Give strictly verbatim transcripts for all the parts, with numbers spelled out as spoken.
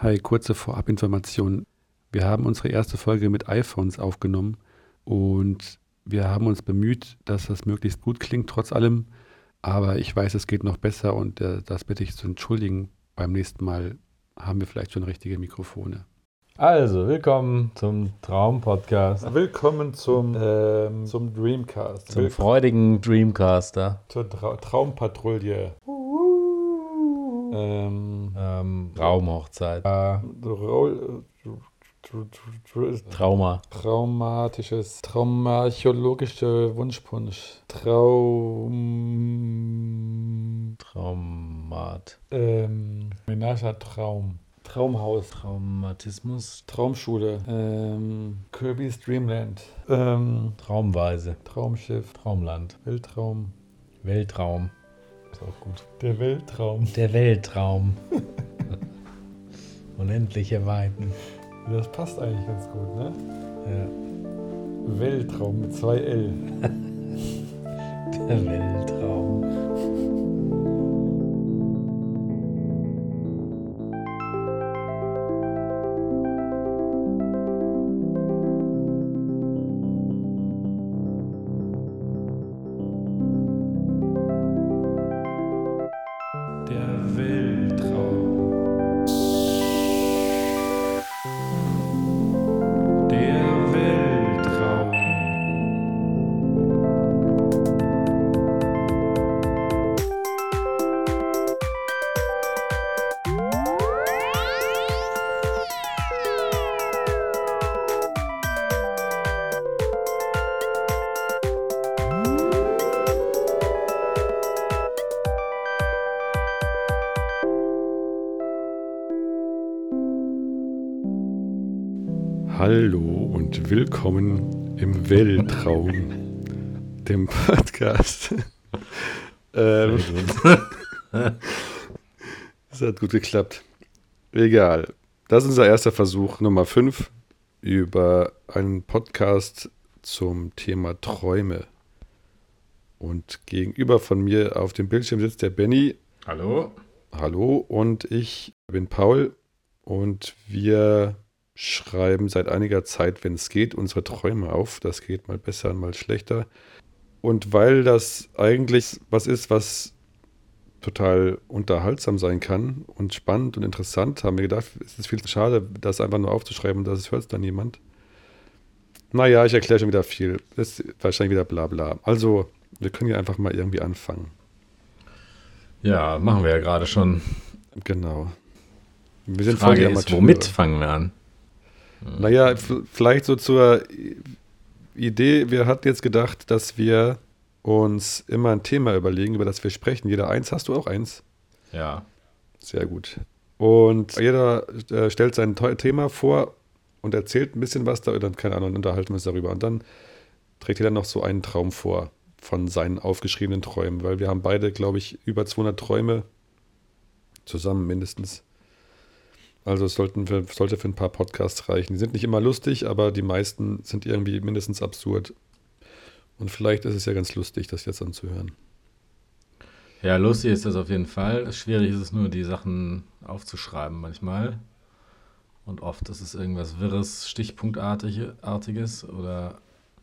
Hi, kurze Vorabinformation. Wir haben unsere erste Folge mit iPhones aufgenommen und wir haben uns bemüht, dass das möglichst gut klingt, trotz allem. Aber ich weiß, es geht noch besser und äh, das bitte ich zu entschuldigen. Beim nächsten Mal haben wir vielleicht schon richtige Mikrofone. Also, willkommen zum Traum-Podcast. Willkommen zum, ähm, zum Dreamcast. Zum freudigen Dreamcaster. Zur Tra- Traumpatrouille. ähm, Ähm, Traumhochzeit. Äh, Roll- Trauma. Traumatisches, traumarchologische Wunschpunsch. Traum. Traumat. Ähm, Menage à Traum. Traumhaus. Traumatismus. Traumschule. Ähm, Kirby's Dreamland. Ähm, Traumweise. Traumschiff. Traumland. Weltraum. Weltraum. Ist auch gut. Der Weltraum. Der Weltraum. Unendliche Weiten. Das passt eigentlich ganz gut, ne? Ja. Weltraum mit zwei L. Der Weltraum. Der Weltraum. Der Weltraum. Hallo und willkommen im Weltraum, dem Podcast. ähm, das hat gut geklappt. Egal. Das ist unser erster Versuch, Nummer fünf, über einen Podcast zum Thema Träume. Und gegenüber von mir auf dem Bildschirm sitzt der Benny. Hallo. Hallo, und ich bin Paul und wir schreiben seit einiger Zeit, wenn es geht, unsere Träume auf. Das geht mal besser und mal schlechter. Und weil das eigentlich was ist, was total unterhaltsam sein kann und spannend und interessant, haben wir gedacht, es ist viel zu schade, das einfach nur aufzuschreiben, das hört dann niemand. Naja, ich erkläre schon wieder viel. Das ist wahrscheinlich wieder bla bla. Also, wir können ja einfach mal irgendwie anfangen. Ja, machen wir ja gerade schon. Genau. Wir sind Frage voll die ist, Amateure. womit fangen wir an? Naja, f- vielleicht so zur Idee, wir hatten jetzt gedacht, dass wir uns immer ein Thema überlegen, über das wir sprechen. Jeder eins, hast du auch eins? Ja. Sehr gut. Und jeder äh, stellt sein Te- Thema vor und erzählt ein bisschen was da, oder keine Ahnung, unterhalten wir uns darüber. Und dann trägt jeder noch so einen Traum vor von seinen aufgeschriebenen Träumen, weil wir haben beide, glaube ich, über zweihundert Träume zusammen mindestens. Also es sollten für, sollte für ein paar Podcasts reichen. Die sind nicht immer lustig, aber die meisten sind irgendwie mindestens absurd. Und vielleicht ist es ja ganz lustig, das jetzt anzuhören. Ja, lustig ist das auf jeden Fall. Schwierig ist es nur, die Sachen aufzuschreiben manchmal. Und oft ist es irgendwas Wirres, Stichpunktartiges oder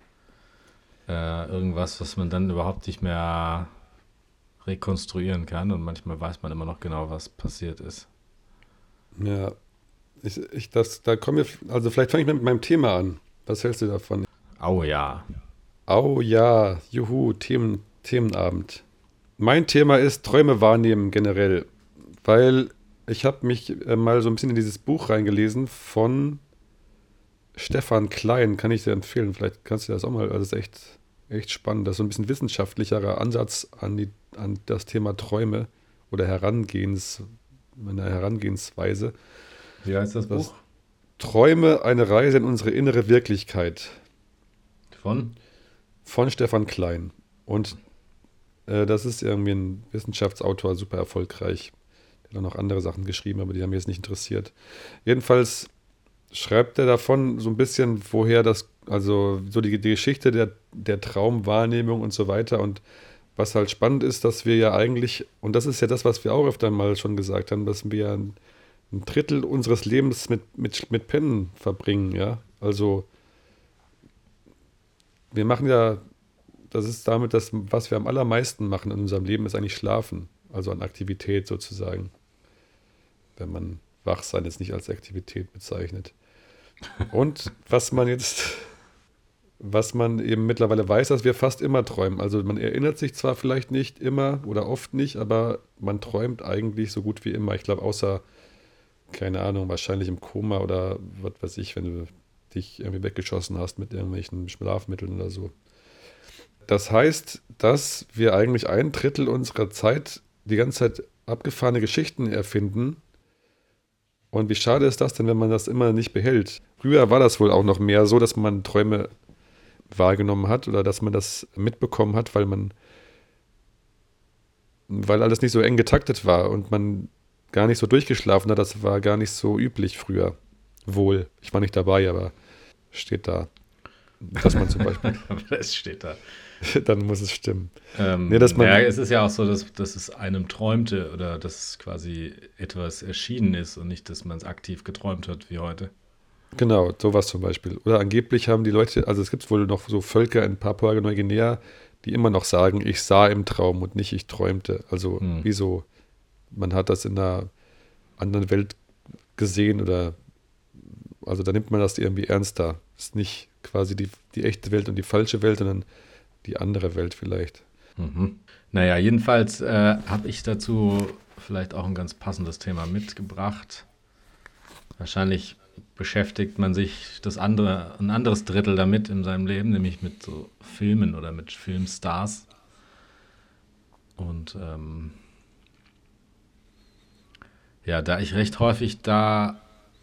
äh, irgendwas, was man dann überhaupt nicht mehr rekonstruieren kann. Und manchmal weiß man immer noch genau, was passiert ist. Ja, ich, ich, das, da kommen wir, also vielleicht fange ich mit meinem Thema an. Was hältst du davon? Oh ja. Au ja, juhu, Themen, Themenabend. Mein Thema ist Träume wahrnehmen generell, weil ich habe mich äh, mal so ein bisschen in dieses Buch reingelesen von Stefan Klein, kann ich dir empfehlen. Vielleicht kannst du das auch mal, also das ist echt, echt spannend. Das ist so ein bisschen wissenschaftlicherer Ansatz an, die, an das Thema Träume oder Herangehens, eine Herangehensweise. Wie heißt das Das Buch? Träume, eine Reise in unsere innere Wirklichkeit Von? von Stefan Klein. Und äh, das ist irgendwie ein Wissenschaftsautor, super erfolgreich. Der hat auch noch andere Sachen geschrieben, aber die haben mich jetzt nicht interessiert. Jedenfalls schreibt er davon so ein bisschen, woher das, also so die, die Geschichte der, der Traumwahrnehmung und so weiter. Und was halt spannend ist, dass wir ja eigentlich, und das ist ja das, was wir auch öfter mal schon gesagt haben, dass wir ein Drittel unseres Lebens mit, mit, mit Pennen verbringen, ja. Also wir machen ja, das ist damit das, was wir am allermeisten machen in unserem Leben, ist eigentlich Schlafen. Also an Aktivität sozusagen. Wenn man Wachsein jetzt nicht als Aktivität bezeichnet. Und was man jetzt, was man eben mittlerweile weiß, dass wir fast immer träumen. Also man erinnert sich zwar vielleicht nicht immer oder oft nicht, aber man träumt eigentlich so gut wie immer. Ich glaube, außer, keine Ahnung, wahrscheinlich im Koma oder was weiß ich, wenn du dich irgendwie weggeschossen hast mit irgendwelchen Schlafmitteln oder so. Das heißt, dass wir eigentlich ein Drittel unserer Zeit die ganze Zeit abgefahrene Geschichten erfinden. Und wie schade ist das denn, wenn man das immer nicht behält? Früher war das wohl auch noch mehr so, dass man Träume wahrgenommen hat oder dass man das mitbekommen hat, weil man, weil alles nicht so eng getaktet war und man gar nicht so durchgeschlafen hat. Das war gar nicht so üblich früher. Wohl, ich war nicht dabei, aber steht da, dass man zum Beispiel. Das steht da. Dann muss es stimmen. Ähm, nee, dass man, ja, es ist ja auch so, dass, dass es einem träumte oder dass quasi etwas erschienen ist und nicht, dass man es aktiv geträumt hat wie heute. Genau, sowas zum Beispiel. Oder angeblich haben die Leute, also es gibt wohl noch so Völker in Papua-Neuguinea, die immer noch sagen, ich sah im Traum und nicht ich träumte. Also Hm. wieso? Man hat das in einer anderen Welt gesehen oder also da nimmt man das irgendwie ernster. Ist nicht quasi die, die echte Welt und die falsche Welt, sondern die andere Welt vielleicht. Mhm. Naja, jedenfalls äh, habe ich dazu vielleicht auch ein ganz passendes Thema mitgebracht. Wahrscheinlich beschäftigt man sich das andere, ein anderes Drittel damit in seinem Leben, nämlich mit so Filmen oder mit Filmstars. Und ähm, ja, da ich recht häufig da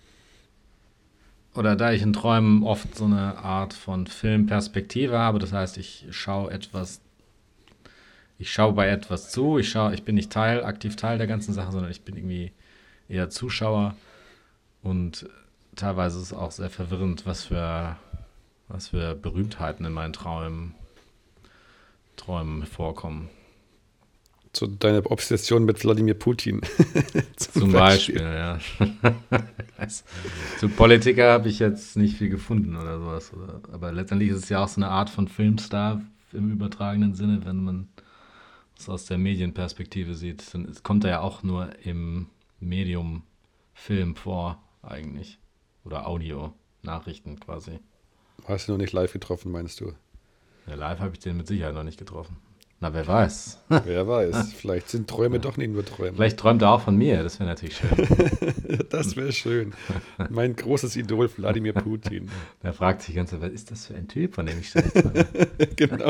oder da ich in Träumen oft so eine Art von Filmperspektive habe, das heißt, ich schaue etwas, ich schaue bei etwas zu, ich schaue, ich bin nicht Teil, aktiv Teil der ganzen Sache, sondern ich bin irgendwie eher Zuschauer und teilweise ist es auch sehr verwirrend, was für, was für Berühmtheiten in meinen Träumen, Träumen vorkommen. So deine Obsession mit Wladimir Putin. Zum, Zum Beispiel, Beispiel ja. Zu Politiker habe ich jetzt nicht viel gefunden oder sowas. Aber letztendlich ist es ja auch so eine Art von Filmstar im übertragenen Sinne, wenn man es aus der Medienperspektive sieht. Dann kommt er ja auch nur im Medium Film vor, eigentlich. Oder Audio, Nachrichten quasi. Hast du noch nicht live getroffen, meinst du? Ja, live habe ich den mit Sicherheit noch nicht getroffen. Na, wer weiß. Wer weiß. Vielleicht sind Träume doch nicht nur Träume. Vielleicht träumt er auch von mir. Das wäre natürlich schön. Das wäre schön. Mein großes Idol, Wladimir Putin. Der fragt sich ganz, was ist das für ein Typ, von dem ich ständig träume? Genau.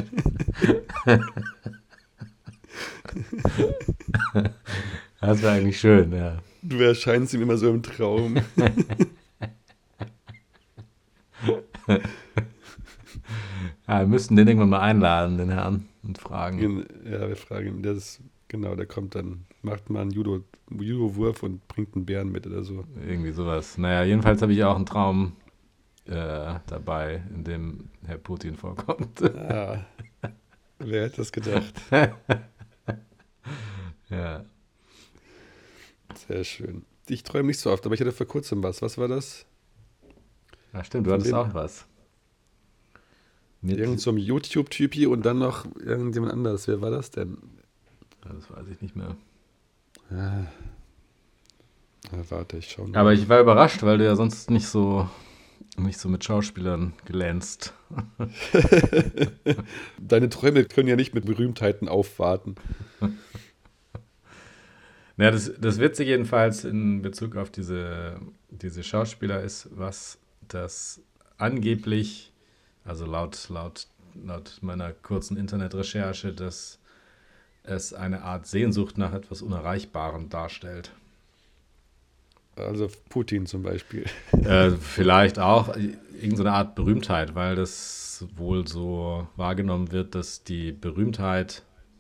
Das wäre eigentlich schön, ja. Du erscheinst ihm immer so im Traum. Ja, wir müssten den irgendwann mal einladen, den Herrn, und fragen. Ja, wir fragen ihn. Der ist, genau, der kommt dann, macht mal einen Judo, Judo-Wurf und bringt einen Bären mit oder so. Irgendwie sowas. Naja, jedenfalls habe ich auch einen Traum äh, dabei, in dem Herr Putin vorkommt. Ah, wer hätte das gedacht? Ja. Sehr schön. Ich träume nicht so oft, aber ich hatte vor kurzem was. Was war das? Ja, stimmt, du hattest auch was. Mit Irgend so ein YouTube-Typi und dann noch irgendjemand anderes. Wer war das denn? Ja, das weiß ich nicht mehr. Ah. Ja, warte, ich schau mal. Aber ich war überrascht, weil du ja sonst nicht so, nicht so mit Schauspielern glänzt. Deine Träume können ja nicht mit Berühmtheiten aufwarten. Ja, das, das Witzige jedenfalls in Bezug auf diese, diese Schauspieler ist, was das angeblich, also laut, laut, laut meiner kurzen Internetrecherche, dass es eine Art Sehnsucht nach etwas Unerreichbarem darstellt. Also Putin zum Beispiel. Äh, vielleicht auch irgendeine Art Berühmtheit, weil das wohl so wahrgenommen wird, dass die Berühmtheit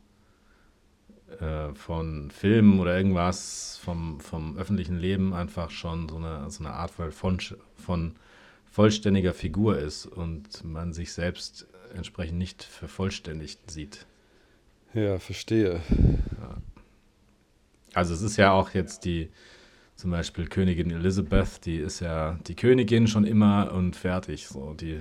äh, von Filmen oder irgendwas vom, vom öffentlichen Leben einfach schon so eine, so eine Art von, von vollständiger Figur ist und man sich selbst entsprechend nicht vervollständigt sieht. Ja, verstehe. Ja. Also es ist ja auch jetzt die zum Beispiel Königin Elizabeth, die ist ja die Königin schon immer und fertig. So, die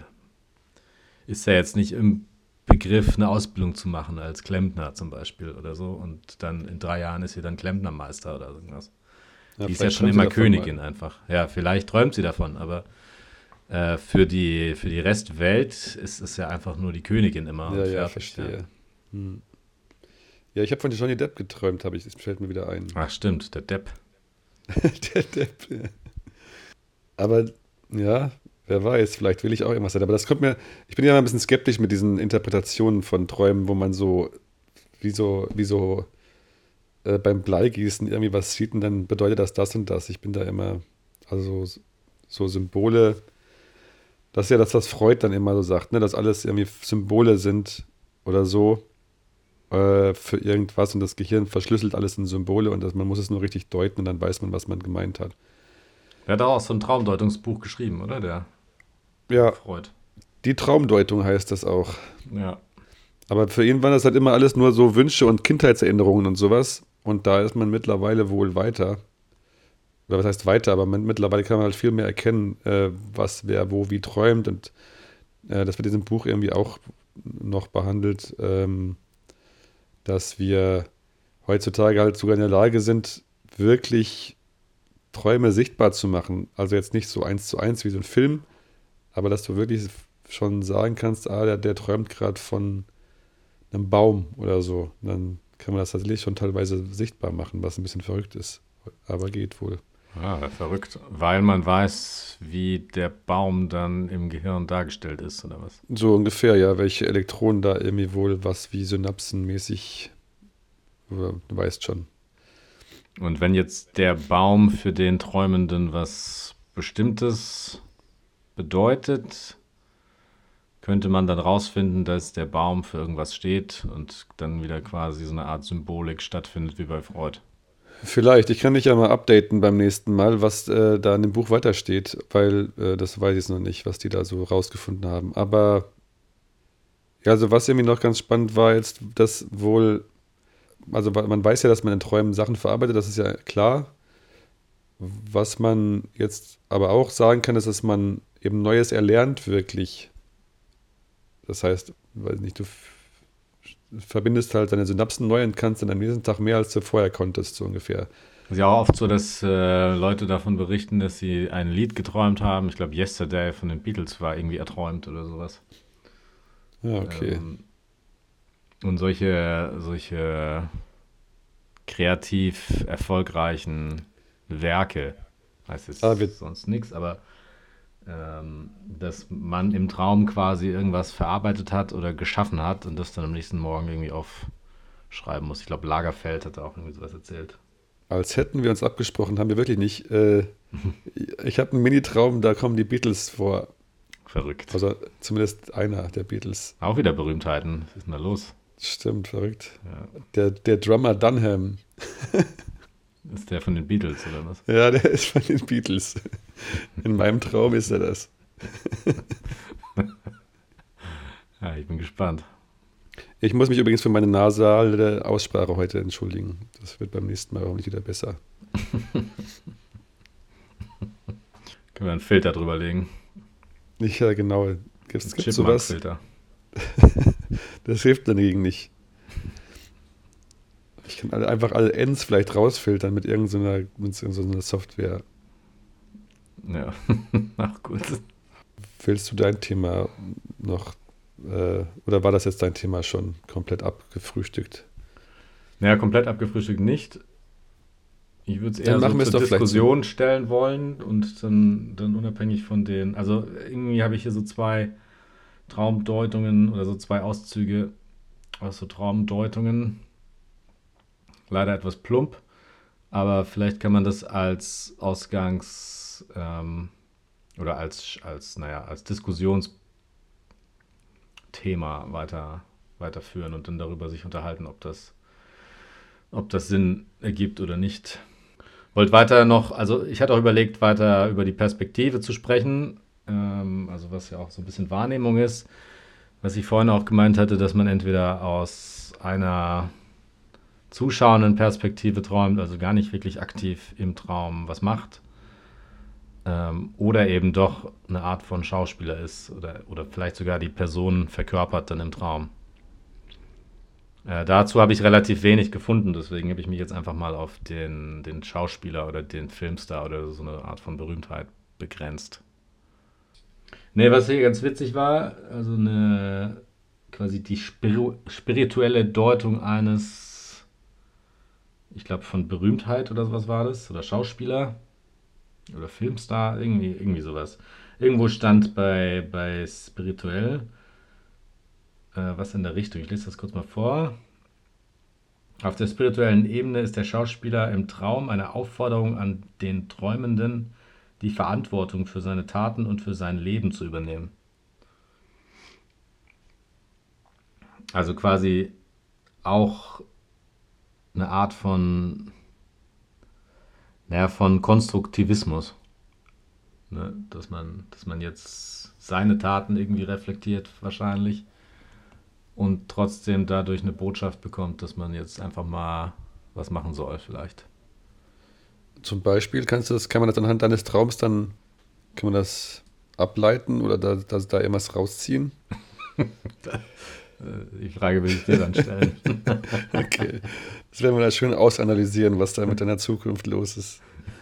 ist ja jetzt nicht im Begriff, eine Ausbildung zu machen als Klempner zum Beispiel oder so. Und dann in drei Jahren ist sie dann Klempnermeister oder irgendwas. Ja, die ist ja vielleicht schon träumt sie immer davon Königin mal. einfach. Ja, vielleicht träumt sie davon, aber äh, für die, für die Restwelt ist es ja einfach nur die Königin immer Ja, und ja, fertig. Ja. verstehe. Hm. Ja, ich habe von Johnny Depp geträumt, habe ich, das fällt mir wieder ein. Ach stimmt, der Depp. Der Depp, ja. Aber ja, wer weiß, vielleicht will ich auch irgendwas sein. Aber das kommt mir, ich bin ja immer ein bisschen skeptisch mit diesen Interpretationen von Träumen, wo man so, wie so, wie so äh, beim Bleigießen irgendwie was sieht und dann bedeutet das das und das. Ich bin da immer, also so Symbole, das ist ja das, was Freud dann immer so sagt, ne, dass alles irgendwie Symbole sind oder so äh, für irgendwas und das Gehirn verschlüsselt alles in Symbole und das, man muss es nur richtig deuten und dann weiß man, was man gemeint hat. Der hat auch so ein Traumdeutungsbuch geschrieben, oder? Der Ja, Freud. die Traumdeutung heißt das auch. Ja. Aber für ihn waren das halt immer alles nur so Wünsche und Kindheitserinnerungen und sowas. Und da ist man mittlerweile wohl weiter. Oder was heißt weiter, aber man, mittlerweile kann man halt viel mehr erkennen, äh, was wer wo wie träumt. Und äh, das wird in diesem Buch irgendwie auch noch behandelt, ähm, dass wir heutzutage halt sogar in der Lage sind, wirklich Träume sichtbar zu machen. Also jetzt nicht so eins zu eins wie so ein Film, aber dass du wirklich schon sagen kannst, ah, der, der träumt gerade von einem Baum oder so. Und dann kann man das tatsächlich schon teilweise sichtbar machen, was ein bisschen verrückt ist. Aber geht wohl. Ah, verrückt. Weil man weiß, wie der Baum dann im Gehirn dargestellt ist, oder was? So ungefähr, ja, welche Elektronen da irgendwie wohl was wie synapsenmäßig, du weißt schon. Und wenn jetzt der Baum für den Träumenden was Bestimmtes bedeutet, könnte man dann rausfinden, dass der Baum für irgendwas steht und dann wieder quasi so eine Art Symbolik stattfindet wie bei Freud. Vielleicht, ich kann dich ja mal updaten beim nächsten Mal, was äh, da in dem Buch weitersteht, weil äh, das weiß ich jetzt noch nicht, was die da so rausgefunden haben. Aber ja, also was irgendwie noch ganz spannend war jetzt, dass wohl, also man weiß ja, dass man in Träumen Sachen verarbeitet, das ist ja klar. Was man jetzt aber auch sagen kann, ist, dass man eben Neues erlernt wirklich. Das heißt, weiß nicht, du f- verbindest halt deine Synapsen neu und kannst dann am nächsten Tag mehr, als du vorher konntest, so ungefähr. Es ist ja auch oft so, dass äh, Leute davon berichten, dass sie ein Lied geträumt haben. Ich glaube, Yesterday von den Beatles war irgendwie erträumt oder sowas. Ja, okay. Ähm, und solche, solche kreativ erfolgreichen Werke, heißt es Ah, wir, sonst nichts, aber ähm, dass man im Traum quasi irgendwas verarbeitet hat oder geschaffen hat und das dann am nächsten Morgen irgendwie aufschreiben muss. Ich glaube, Lagerfeld hat auch irgendwie sowas erzählt. als hätten wir uns abgesprochen, haben wir wirklich nicht. Äh, ich habe einen Mini-Traum, da kommen die Beatles vor. Verrückt. Also zumindest einer der Beatles. Auch wieder Berühmtheiten. Was ist denn da los? Stimmt, verrückt. Ja. Der, der Drummer Dunham. Ist der von den Beatles oder was? Ja, der ist von den Beatles. In meinem Traum ist er das. Ja, ich bin gespannt. Ich muss mich übrigens für meine nasale Aussprache heute entschuldigen. Das wird beim nächsten Mal hoffentlich wieder besser. Können wir einen Filter drüber legen? Nicht ja genau. Es Ein gibt sowas. Chipmunk-Filter. Das hilft dagegen nicht. Ich kann alle, einfach alle Ns vielleicht rausfiltern mit irgendeiner, mit irgendeiner Software. Ja, ach gut. Willst du dein Thema noch, äh, oder war das jetzt dein Thema schon komplett abgefrühstückt? Naja, komplett abgefrühstückt nicht. Ich würde es eher Dann machen so wir es zur doch vielleicht so. Diskussion stellen wollen und dann, dann unabhängig von den, also irgendwie habe ich hier so zwei Traumdeutungen oder so zwei Auszüge aus so Traumdeutungen. Leider etwas plump, aber vielleicht kann man das als Ausgangs- ähm, oder als, als, naja, als Diskussionsthema weiter, weiterführen und dann darüber sich unterhalten, ob das, ob das Sinn ergibt oder nicht. Wollt weiter noch, also ich hatte auch überlegt, weiter über die Perspektive zu sprechen, ähm, also was ja auch so ein bisschen Wahrnehmung ist, was ich vorhin auch gemeint hatte, dass man entweder aus einer zuschauenden Perspektive träumt, also gar nicht wirklich aktiv im Traum was macht. Ähm, oder eben doch eine Art von Schauspieler ist oder, oder vielleicht sogar die Person verkörpert dann im Traum. Äh, dazu habe ich relativ wenig gefunden, deswegen habe ich mich jetzt einfach mal auf den, den Schauspieler oder den Filmstar oder so eine Art von Berühmtheit begrenzt. Nee, was hier ganz witzig war, also eine quasi die Spir- spirituelle Deutung eines, ich glaube von Berühmtheit oder sowas war das, oder Schauspieler oder Filmstar, irgendwie, irgendwie sowas. Irgendwo stand bei, bei spirituell äh, was in der Richtung. Ich lese das kurz mal vor. Auf der spirituellen Ebene ist der Schauspieler im Traum eine Aufforderung an den Träumenden, die Verantwortung für seine Taten und für sein Leben zu übernehmen. Also quasi auch eine Art von, naja, von Konstruktivismus. Ne? Dass man, dass man jetzt seine Taten irgendwie reflektiert wahrscheinlich und trotzdem dadurch eine Botschaft bekommt, dass man jetzt einfach mal was machen soll vielleicht. Zum Beispiel kannst du das, kann man das anhand deines Traums dann, kann man das ableiten oder da, da, da irgendwas rausziehen? Die Frage will ich dir dann stellen. Okay. Das werden wir da schön ausanalysieren, was da mit deiner Zukunft los ist.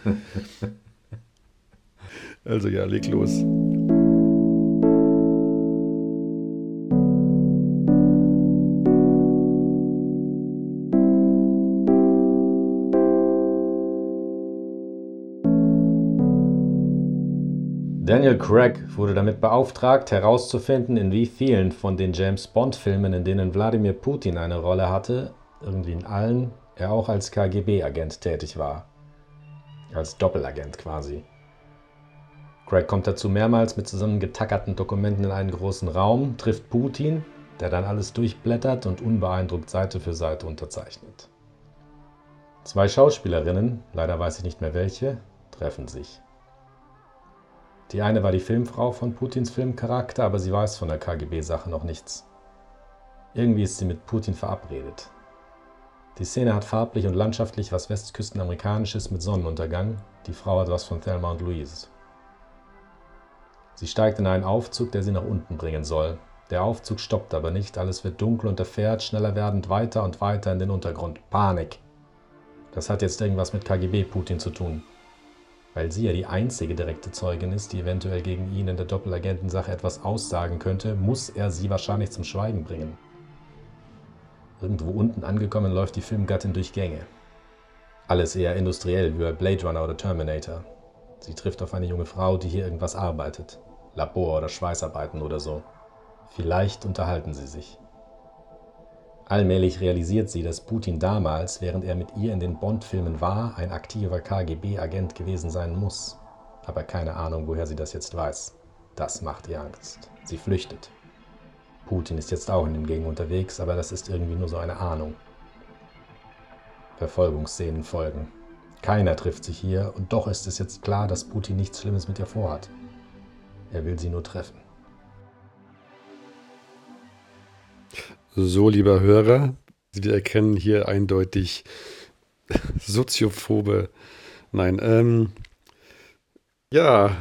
Also ja, leg los. Daniel Craig wurde damit beauftragt, herauszufinden, in wie vielen von den James-Bond-Filmen, in denen Wladimir Putin eine Rolle hatte, irgendwie in allen, er auch als K G B-Agent tätig war. Als Doppelagent quasi. Craig kommt dazu mehrmals mit zusammengetackerten Dokumenten in einen großen Raum, trifft Putin, der dann alles durchblättert und unbeeindruckt Seite für Seite unterzeichnet. Zwei Schauspielerinnen, leider weiß ich nicht mehr welche, treffen sich. Die eine war die Filmfrau von Putins Filmcharakter, aber sie weiß von der K G B-Sache noch nichts. Irgendwie ist sie mit Putin verabredet. Die Szene hat farblich und landschaftlich was Westküstenamerikanisches mit Sonnenuntergang. Die Frau hat was von Thelma und Louise. Sie steigt in einen Aufzug, der sie nach unten bringen soll. Der Aufzug stoppt aber nicht, alles wird dunkel und er fährt, schneller werdend, weiter und weiter in den Untergrund. Panik! Das hat jetzt irgendwas mit K G B-Putin zu tun. Weil sie ja die einzige direkte Zeugin ist, die eventuell gegen ihn in der Doppelagentensache etwas aussagen könnte, muss er sie wahrscheinlich zum Schweigen bringen. Irgendwo unten angekommen läuft die Filmgattin durch Gänge. Alles eher industriell, wie bei Blade Runner oder Terminator. Sie trifft auf eine junge Frau, die hier irgendwas arbeitet. Labor- oder Schweißarbeiten oder so. Vielleicht unterhalten sie sich. Allmählich realisiert sie, dass Putin damals, während er mit ihr in den Bond-Filmen war, ein aktiver K G B-Agent gewesen sein muss. Aber keine Ahnung, woher sie das jetzt weiß. Das macht ihr Angst. Sie flüchtet. Putin ist jetzt auch in den Gängen unterwegs, aber das ist irgendwie nur so eine Ahnung. Verfolgungsszenen folgen. Keiner trifft sich hier und doch ist es jetzt klar, dass Putin nichts Schlimmes mit ihr vorhat. Er will sie nur treffen. So, lieber Hörer, wir erkennen hier eindeutig soziophobe. Nein, ähm, ja.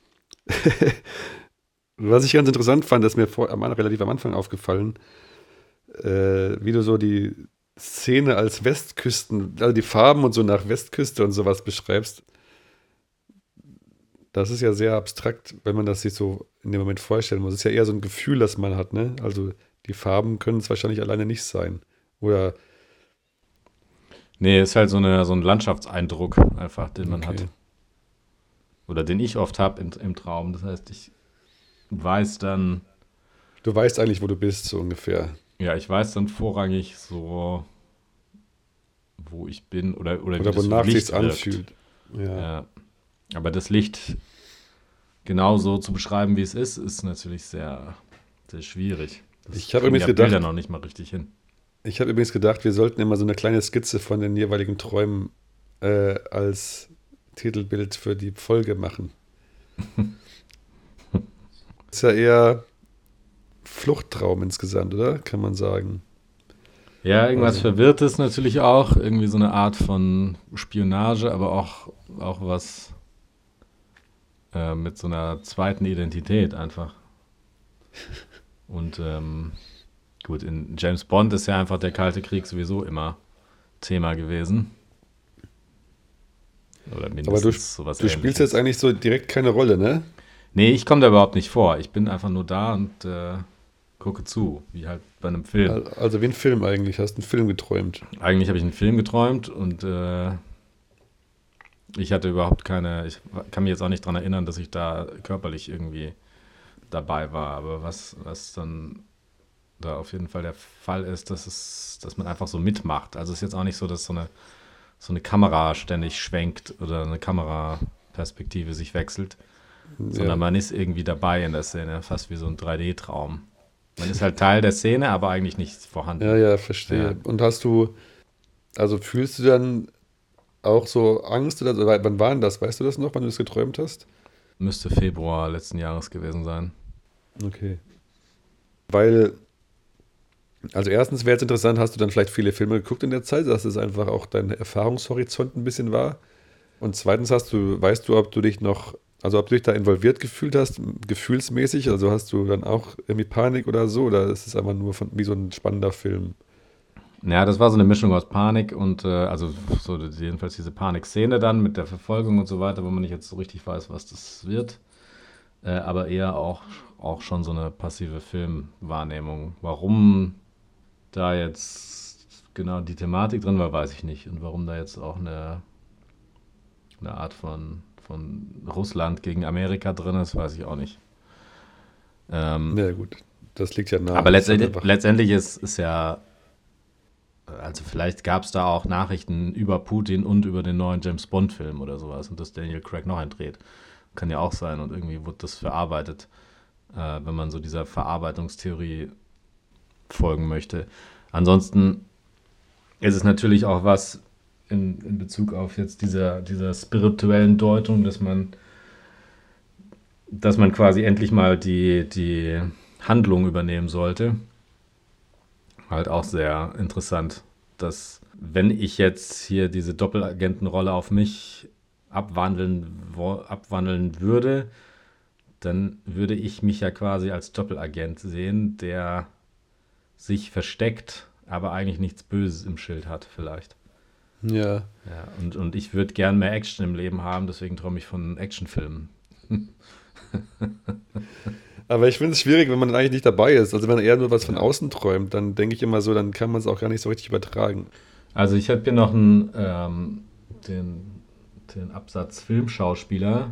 Was ich ganz interessant fand, ist mir vor, am, relativ am Anfang aufgefallen, äh, wie du so die Szene als Westküsten, also die Farben und so nach Westküste und sowas beschreibst. Das ist ja sehr abstrakt, wenn man das sich so in dem Moment vorstellen muss. Es ist ja eher so ein Gefühl, das man hat, ne? Also die Farben können es wahrscheinlich alleine nicht sein. Oder. Nee, ist halt so, eine, so ein Landschaftseindruck einfach, den man Okay. hat. Oder den ich oft habe im, im Traum. Das heißt, ich weiß dann, Du weißt eigentlich, wo du bist, so ungefähr. ja, ich weiß dann vorrangig so, wo ich bin oder, oder, wie Oder das wonach Licht sich's wirkt. anfühlt. Ja. Ja. Aber das Licht genauso zu beschreiben, wie es ist, ist natürlich sehr, sehr schwierig. Das Ich hab kriegen übrigens ja Bilder gedacht- noch nicht mal richtig hin. Ich habe übrigens gedacht, wir sollten immer so eine kleine Skizze von den jeweiligen Träumen äh, als Titelbild für die Folge machen. Ist ja eher Fluchttraum insgesamt, oder? Kann man sagen. Ja, irgendwas Also, Verwirrtes natürlich auch. Irgendwie so eine Art von Spionage, aber auch, auch was äh, mit so einer zweiten Identität einfach. Und ähm, gut, in James Bond ist ja einfach der Kalte Krieg sowieso immer Thema gewesen. Oder aber du, mindestens sowas du spielst jetzt Ähnliches. eigentlich so direkt keine Rolle, ne? Nee, ich komme da überhaupt nicht vor. Ich bin einfach nur da und äh, gucke zu, wie halt bei einem Film. Al- Also wie ein Film eigentlich. Hast einen Film geträumt. Eigentlich habe ich einen Film geträumt und äh, ich hatte überhaupt keine, ich kann mich jetzt auch nicht dran erinnern, dass ich da körperlich irgendwie dabei war. Aber was, was dann da auf jeden Fall der Fall ist, dass es, dass man einfach so mitmacht. Also es ist jetzt auch nicht so, dass so eine, so eine Kamera ständig schwenkt oder eine Kameraperspektive sich wechselt, sondern Ja, man ist irgendwie dabei in der Szene, fast wie so ein drei D-Traum. Man ist halt Teil der Szene, aber eigentlich nicht ja, vorhanden. ja, Ja. verstehe. Und hast du, also fühlst du dann auch so Angst oder so? Wann war denn das? Weißt du das noch, wann du das geträumt hast? Müsste Februar letzten Jahres gewesen sein. Okay. Weil, also erstens wäre jetzt interessant, hast du dann vielleicht viele Filme geguckt in der Zeit, dass es einfach auch dein Erfahrungshorizont ein bisschen war? Und zweitens hast du, weißt du, ob du dich noch, also ob du dich da involviert gefühlt hast, gefühlsmäßig? Also hast du dann auch irgendwie Panik oder so? Oder ist es einfach nur von, wie so ein spannender Film? Ja, das war so eine Mischung aus Panik und, äh, also so jedenfalls diese Panikszene dann mit der Verfolgung und so weiter, wo man nicht jetzt so richtig weiß, was das wird. Äh, aber eher auch, auch schon so eine passive Filmwahrnehmung. Warum da jetzt genau die Thematik drin war, weiß ich nicht. Und warum da jetzt auch eine, eine Art von, von Russland gegen Amerika drin ist, weiß ich auch nicht. Ähm, Ja, gut, das liegt ja nahe. aber Das ist halt letztendlich, einfach. letztendlich ist, ist ja, also vielleicht gab es da auch Nachrichten über Putin und über den neuen James Bond-Film oder sowas und dass Daniel Craig noch einen dreht. Kann ja auch sein und irgendwie wurde das verarbeitet, äh, wenn man so dieser Verarbeitungstheorie folgen möchte. Ansonsten ist es natürlich auch was in, in Bezug auf jetzt dieser, dieser spirituellen Deutung, dass man, dass man quasi endlich mal die, die Handlung übernehmen sollte. Halt auch sehr interessant, dass wenn ich jetzt hier diese Doppelagentenrolle auf mich abwandeln, wo, abwandeln würde, dann würde ich mich ja quasi als Doppelagent sehen, der sich versteckt, aber eigentlich nichts Böses im Schild hat vielleicht. Ja, Ja, und, und ich würde gern mehr Action im Leben haben, deswegen träume ich von Actionfilmen. aber ich finde es schwierig, wenn man dann eigentlich nicht dabei ist. Also wenn man eher nur was von Ja. außen träumt, dann denke ich immer so, dann kann man es auch gar nicht so richtig übertragen. Also ich habe hier noch einen, ähm, den, den Absatz Filmschauspieler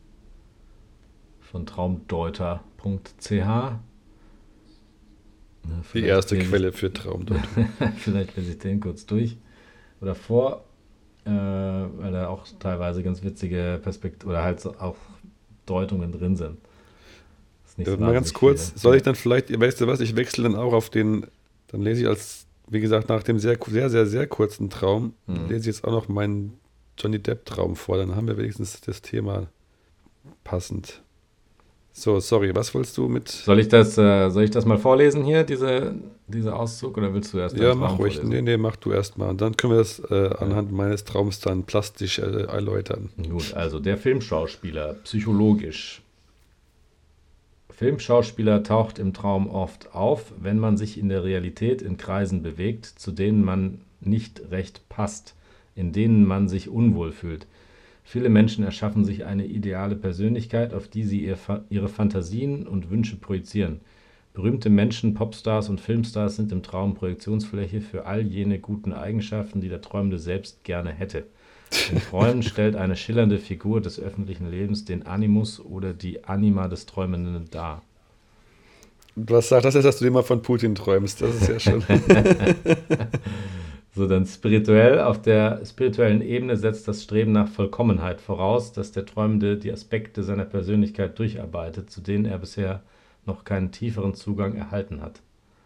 von traumdeuter punkt c h. Ja, Die vielleicht erste lese Quelle für Traumdeutung. ich, vielleicht lese ich den kurz durch oder vor, äh, weil da auch teilweise ganz witzige Perspektiven oder halt so auch Deutungen drin sind. Das ist nicht Ja, so mal ganz wahnsinnig viel. kurz, soll Ja. ich dann vielleicht, weißt du was, ich wechsle dann auch auf den, dann lese ich als, wie gesagt, nach dem sehr, sehr, sehr, sehr kurzen Traum, Hm. lese ich jetzt auch noch meinen Johnny Depp-Traum vor, dann haben wir wenigstens das Thema passend. So, sorry, was wolltest du mit? Soll ich das, äh, soll ich das mal vorlesen hier, diese, diese Auszug, oder willst du erst deinen Ja, Traum mach ruhig. vorlesen? Nee, nee, mach du erst mal. Und dann können wir das äh, anhand meines Traums dann plastisch äh, erläutern. Gut, also der Filmschauspieler, psychologisch. Filmschauspieler taucht im Traum oft auf, wenn man sich in der Realität in Kreisen bewegt, zu denen man nicht recht passt, in denen man sich unwohl fühlt. Viele Menschen erschaffen sich eine ideale Persönlichkeit, auf die sie ihr, ihre Fantasien und Wünsche projizieren. Berühmte Menschen, Popstars und Filmstars sind im Traum Projektionsfläche für all jene guten Eigenschaften, die der Träumende selbst gerne hätte. In Träumen stellt eine schillernde Figur des öffentlichen Lebens den Animus oder die Anima des Träumenden dar. Was sagt das jetzt, dass du dir mal von Putin träumst? Das ist ja schon. So, dann spirituell. Auf der spirituellen Ebene setzt das Streben nach Vollkommenheit voraus, dass der Träumende die Aspekte seiner Persönlichkeit durcharbeitet, zu denen er bisher noch keinen tieferen Zugang erhalten hat.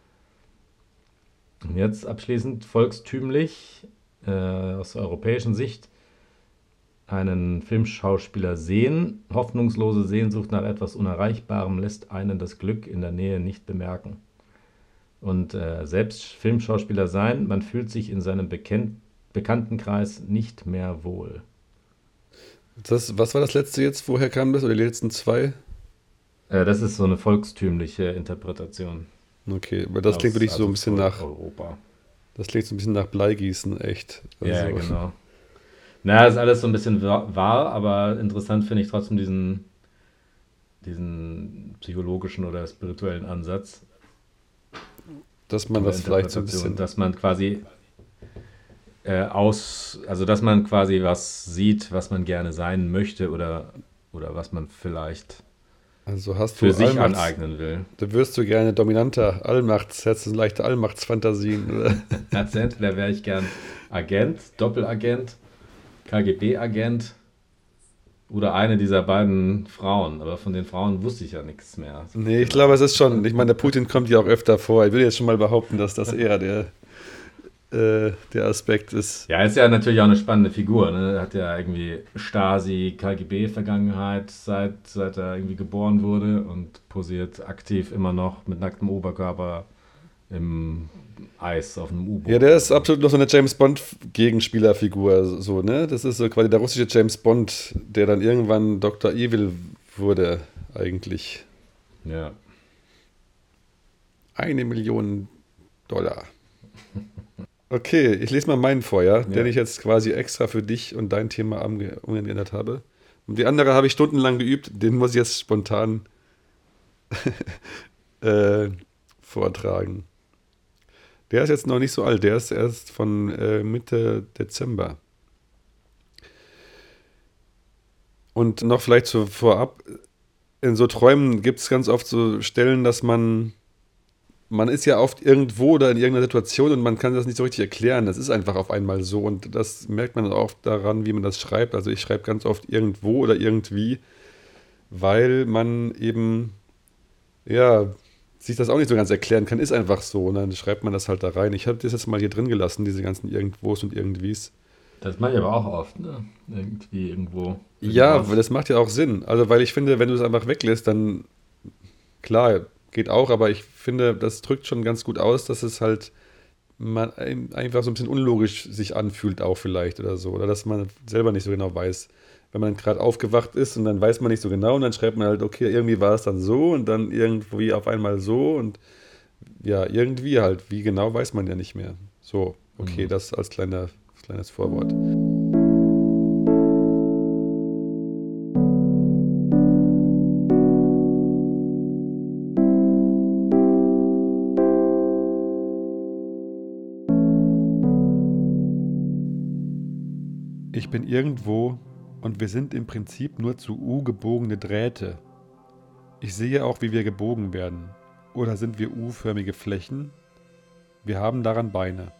Und jetzt abschließend volkstümlich, äh, aus der europäischen Sicht, einen Filmschauspieler sehen. Hoffnungslose Sehnsucht nach etwas Unerreichbarem lässt einen das Glück in der Nähe nicht bemerken. und äh, selbst Filmschauspieler sein, man fühlt sich in seinem Bekennt- Bekanntenkreis nicht mehr wohl. Das, was war das letzte jetzt? Woher kam das? Oder die letzten zwei? Äh, das ist so eine volkstümliche Interpretation Okay, aber das klingt aus, wirklich so ein also bisschen von nach, Europa. das klingt so ein bisschen nach Bleigießen, echt. Ja, Also, genau. Na, ist alles so ein bisschen wahr, wahr, aber interessant finde ich trotzdem diesen, diesen psychologischen oder spirituellen Ansatz dass man von der das vielleicht so ein Interpretation, bisschen. dass man quasi äh, aus, also dass man quasi was sieht, was man gerne sein möchte oder, oder was man vielleicht Also hast für du sich Allmachts, aneignen will. da wirst du gerne dominanter Allmachts, hättest du leichte Allmachtsfantasien, oder? Als entweder wäre ich gern Agent, Doppelagent, K G B-Agent oder eine dieser beiden Frauen. Aber von den Frauen wusste ich ja nichts mehr. Nee, ich glaube, es ist schon, ich meine, der Putin kommt ja auch öfter vor. Ich würde jetzt schon mal behaupten, dass das eher der, äh, der Aspekt ist. Ja, ist ja natürlich auch eine spannende Figur. Ne? Er hat ja irgendwie Stasi, K G B-Vergangenheit, seit, seit er irgendwie geboren wurde und posiert aktiv immer noch mit nacktem Oberkörper im Eis auf einem U-Boot. Ja, der ist absolut noch so eine James Bond-Gegenspielerfigur, so, ne? Das ist so quasi der russische James Bond, der dann irgendwann Doktor Evil wurde, eigentlich. Ja. Eine Million Dollar. Okay, ich lese mal meinen vor, ja, den Ja. ich jetzt quasi extra für dich und dein Thema umge- umgeändert habe. Und die andere habe ich stundenlang geübt, den muss ich jetzt spontan äh, vortragen. Der ist jetzt noch nicht so alt, der ist erst von äh, Mitte Dezember. Und noch vielleicht so vorab, in so Träumen gibt es ganz oft so Stellen, dass man, man ist ja oft irgendwo oder in irgendeiner Situation und man kann das nicht so richtig erklären. Das ist einfach auf einmal so und das merkt man auch daran, wie man das schreibt. Also ich schreibe ganz oft irgendwo oder irgendwie, weil man eben, ja, sich das auch nicht so ganz erklären kann, ist einfach so. Und dann schreibt man das halt da rein. Ich habe das jetzt mal hier drin gelassen, diese ganzen Irgendwos und Irgendwies. Das mache ich aber auch oft, ne? Irgendwie irgendwo. Ja, irgendwas. weil das macht ja auch Sinn. Also, weil ich finde, wenn du es einfach weglässt, dann, klar, geht auch, aber ich finde, das drückt schon ganz gut aus, dass es halt man ein- einfach so ein bisschen unlogisch sich anfühlt auch vielleicht oder so. Oder dass man selber nicht so genau weiß. Wenn man gerade aufgewacht ist und dann weiß man nicht so genau und dann schreibt man halt, okay, irgendwie war es dann so und dann irgendwie auf einmal so und ja, irgendwie halt. Wie genau weiß man ja nicht mehr. So, okay, Mhm. das als kleiner, kleines Vorwort. Ich bin irgendwo und wir sind im Prinzip nur zu U gebogene Drähte. Ich sehe auch, wie wir gebogen werden. Oder sind wir U-förmige Flächen? Wir haben daran Beine.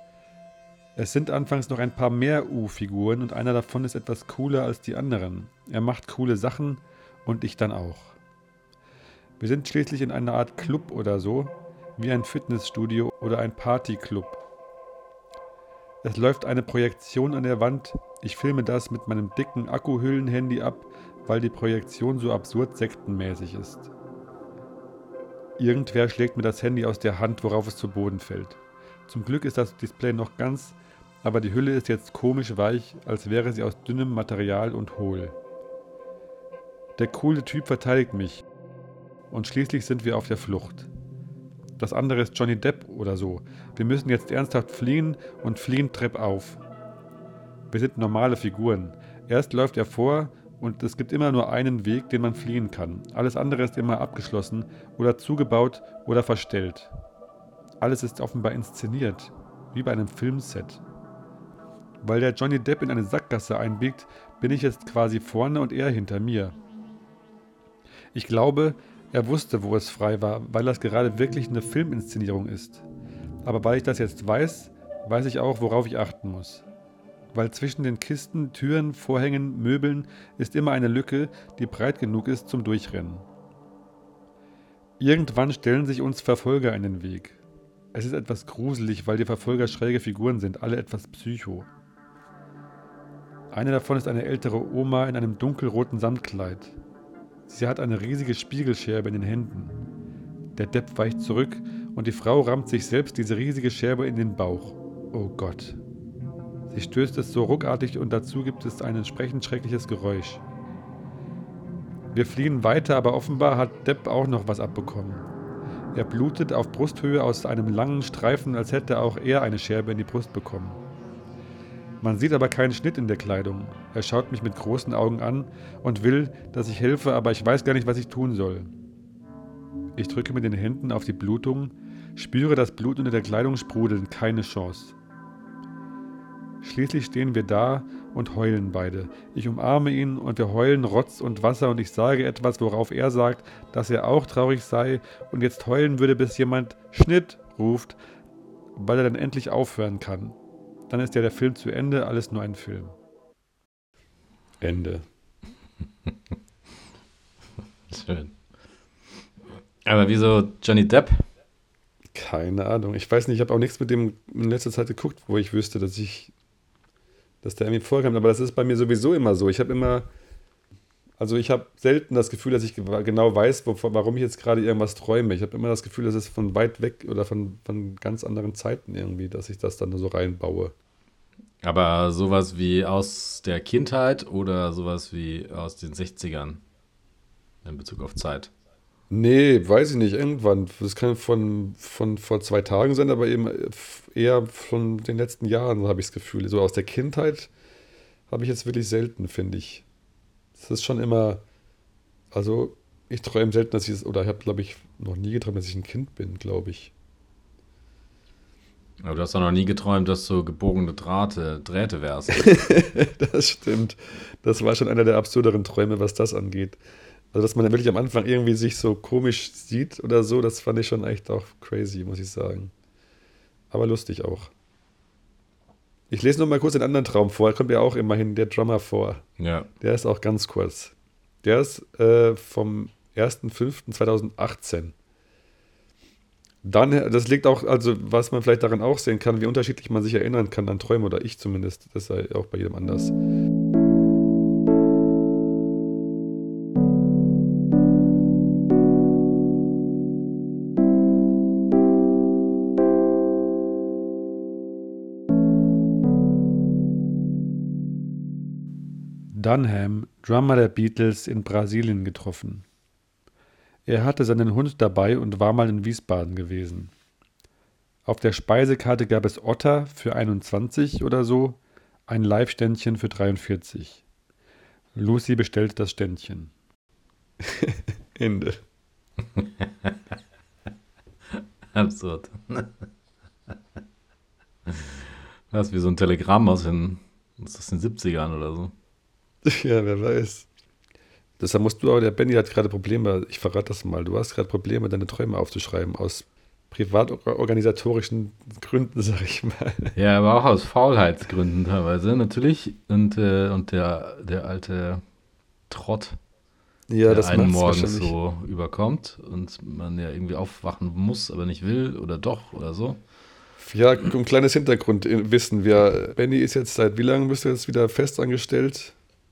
Es sind anfangs noch ein paar mehr U-Figuren und einer davon ist etwas cooler als die anderen. Er macht coole Sachen und ich dann auch. Wir sind schließlich in einer Art Club oder so, wie ein Fitnessstudio oder ein Partyclub. Es läuft eine Projektion an der Wand. Ich filme das mit meinem dicken Akkuhüllen-Handy ab, weil die Projektion so absurd sektenmäßig ist. Irgendwer schlägt mir das Handy aus der Hand, worauf es zu Boden fällt. Zum Glück ist das Display noch ganz, aber die Hülle ist jetzt komisch weich, als wäre sie aus dünnem Material und hohl. Der coole Typ verteidigt mich. Und schließlich sind wir auf der Flucht. Das andere ist Johnny Depp oder so. Wir müssen jetzt ernsthaft fliehen und fliehen treppauf. Wir sind normale Figuren. Erst läuft er vor und es gibt immer nur einen Weg, den man fliehen kann. Alles andere ist immer abgeschlossen oder zugebaut oder verstellt. Alles ist offenbar inszeniert, wie bei einem Filmset. Weil der Johnny Depp in eine Sackgasse einbiegt, bin ich jetzt quasi vorne und er hinter mir. Ich glaube, er wusste, wo es frei war, weil das gerade wirklich eine Filminszenierung ist. Aber weil ich das jetzt weiß, weiß ich auch, worauf ich achten muss. Weil zwischen den Kisten, Türen, Vorhängen, Möbeln ist immer eine Lücke, die breit genug ist zum Durchrennen. Irgendwann stellen sich uns Verfolger in den Weg. Es ist etwas gruselig, weil die Verfolger schräge Figuren sind, alle etwas psycho. Eine davon ist eine ältere Oma in einem dunkelroten Samtkleid. Sie hat eine riesige Spiegelscherbe in den Händen. Der Depp weicht zurück und die Frau rammt sich selbst diese riesige Scherbe in den Bauch. Oh Gott. Sie stößt es so ruckartig und dazu gibt es ein entsprechend schreckliches Geräusch. Wir fliehen weiter, aber offenbar hat Depp auch noch was abbekommen. Er blutet auf Brusthöhe aus einem langen Streifen, als hätte auch er eine Scherbe in die Brust bekommen. Man sieht aber keinen Schnitt in der Kleidung. Er schaut mich mit großen Augen an und will, dass ich helfe, aber ich weiß gar nicht, was ich tun soll. Ich drücke mit den Händen auf die Blutung, spüre das Blut unter der Kleidung sprudeln, keine Chance. Schließlich stehen wir da und heulen beide. Ich umarme ihn und wir heulen Rotz und Wasser und ich sage etwas, worauf er sagt, dass er auch traurig sei und jetzt heulen würde, bis jemand Schnitt ruft, weil er dann endlich aufhören kann. Dann ist ja der Film zu Ende, alles nur ein Film. Ende. Schön. Aber wieso Johnny Depp? Keine Ahnung. Ich weiß nicht, ich habe auch nichts mit dem in letzter Zeit geguckt, wo ich wüsste, dass ich, dass der irgendwie vorkam. Aber das ist bei mir sowieso immer so. Ich habe immer, also ich habe selten das Gefühl, dass ich genau weiß, wovon, warum ich jetzt gerade irgendwas träume. Ich habe immer das Gefühl, dass es von weit weg oder von, von ganz anderen Zeiten irgendwie, dass ich das dann nur so reinbaue. Aber sowas wie aus der Kindheit oder sowas wie aus den sechzigern in Bezug auf Zeit? Nee, weiß ich nicht, irgendwann. Das kann von, von vor zwei Tagen sein, aber eben eher von den letzten Jahren, habe ich das Gefühl. So aus der Kindheit habe ich jetzt wirklich selten, finde ich. Das ist schon immer, also ich träume selten, dass ich es, oder ich habe, glaube ich, noch nie geträumt, dass ich ein Kind bin, glaube ich. Aber du hast doch noch nie geträumt, dass du gebogene Drähte, Drähte wärst. Das stimmt. Das war schon einer der absurderen Träume, was das angeht. Also, dass man dann wirklich am Anfang irgendwie sich so komisch sieht oder so, das fand ich schon echt auch crazy, muss ich sagen. Aber lustig auch. Ich lese noch mal kurz den anderen Traum vor. Da kommt ja auch immerhin der Drummer vor. Ja. Der ist auch ganz kurz. Der ist äh, vom erster fünfter zweitausendachtzehn. Dann, das liegt auch, also was man vielleicht daran auch sehen kann, wie unterschiedlich man sich erinnern kann an Träume, oder ich zumindest. Das sei auch bei jedem anders. Dunham, Drummer der Beatles, in Brasilien getroffen. Er hatte seinen Hund dabei und war mal in Wiesbaden gewesen. Auf der Speisekarte gab es Otter für einundzwanzig oder so, ein Live-Ständchen für dreiundvierzig. Lucy bestellte das Ständchen. Ende. Absurd. Das ist wie so ein Telegramm aus den, aus den siebzigern oder so. Ja, wer weiß. Deshalb musst du auch, der Benny hat gerade Probleme, ich verrate das mal, du hast gerade Probleme, deine Träume aufzuschreiben, aus privatorganisatorischen Gründen, sag ich mal. Ja, aber auch aus Faulheitsgründen teilweise, natürlich. Und, äh, und der, der alte Trott, Ja, der das einen macht's morgens wahrscheinlich. so überkommt und man ja irgendwie aufwachen muss, aber nicht will oder doch oder so. Ja, ein kleines Hintergrundwissen. Wir, Benny ist jetzt seit wie lange bist du jetzt wieder festangestellt?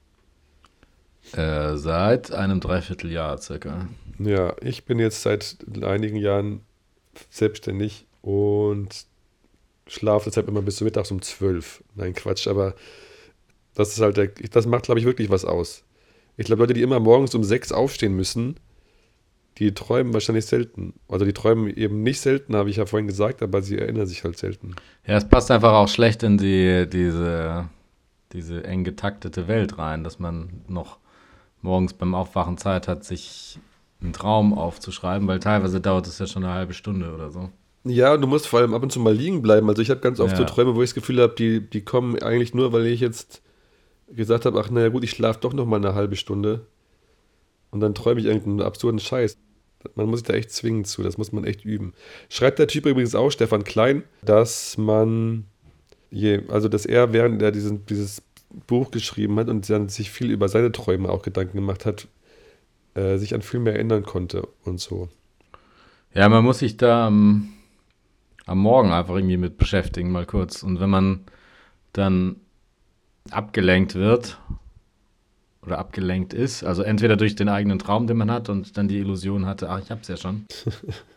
Äh, seit einem Dreivierteljahr circa. Ja, ich bin jetzt seit einigen Jahren selbstständig und schlafe deshalb immer bis mittags um zwölf. Nein, Quatsch, aber das ist halt der, das macht, glaube ich, wirklich was aus. Ich glaube, Leute, die immer morgens um sechs aufstehen müssen, die träumen wahrscheinlich selten. Also die träumen eben nicht selten, habe ich ja vorhin gesagt, aber sie erinnern sich halt selten. Ja, es passt einfach auch schlecht in die, diese, diese eng getaktete Welt rein, dass man noch morgens beim Aufwachen Zeit hat, sich einen Traum aufzuschreiben, weil teilweise dauert es ja schon eine halbe Stunde oder so. Ja, und du musst vor allem ab und zu mal liegen bleiben. Also ich habe ganz oft Ja. so Träume, wo ich das Gefühl habe, die, die kommen eigentlich nur, weil ich jetzt gesagt habe, ach naja gut, ich schlafe doch noch mal eine halbe Stunde. Und dann träume ich irgendeinen absurden Scheiß. Man muss sich da echt zwingen zu, das muss man echt üben. Schreibt der Typ übrigens auch, Stefan Klein, dass man, je, also dass er, während er diesen, dieses Buch geschrieben hat und dann sich viel über seine Träume auch Gedanken gemacht hat, äh, sich an viel mehr erinnern konnte und so. Ja, man muss sich da am, am Morgen einfach irgendwie mit beschäftigen, mal kurz. Und wenn man dann abgelenkt wird oder abgelenkt ist, also entweder durch den eigenen Traum, den man hat und dann die Illusion hatte, ach, ich hab's ja schon.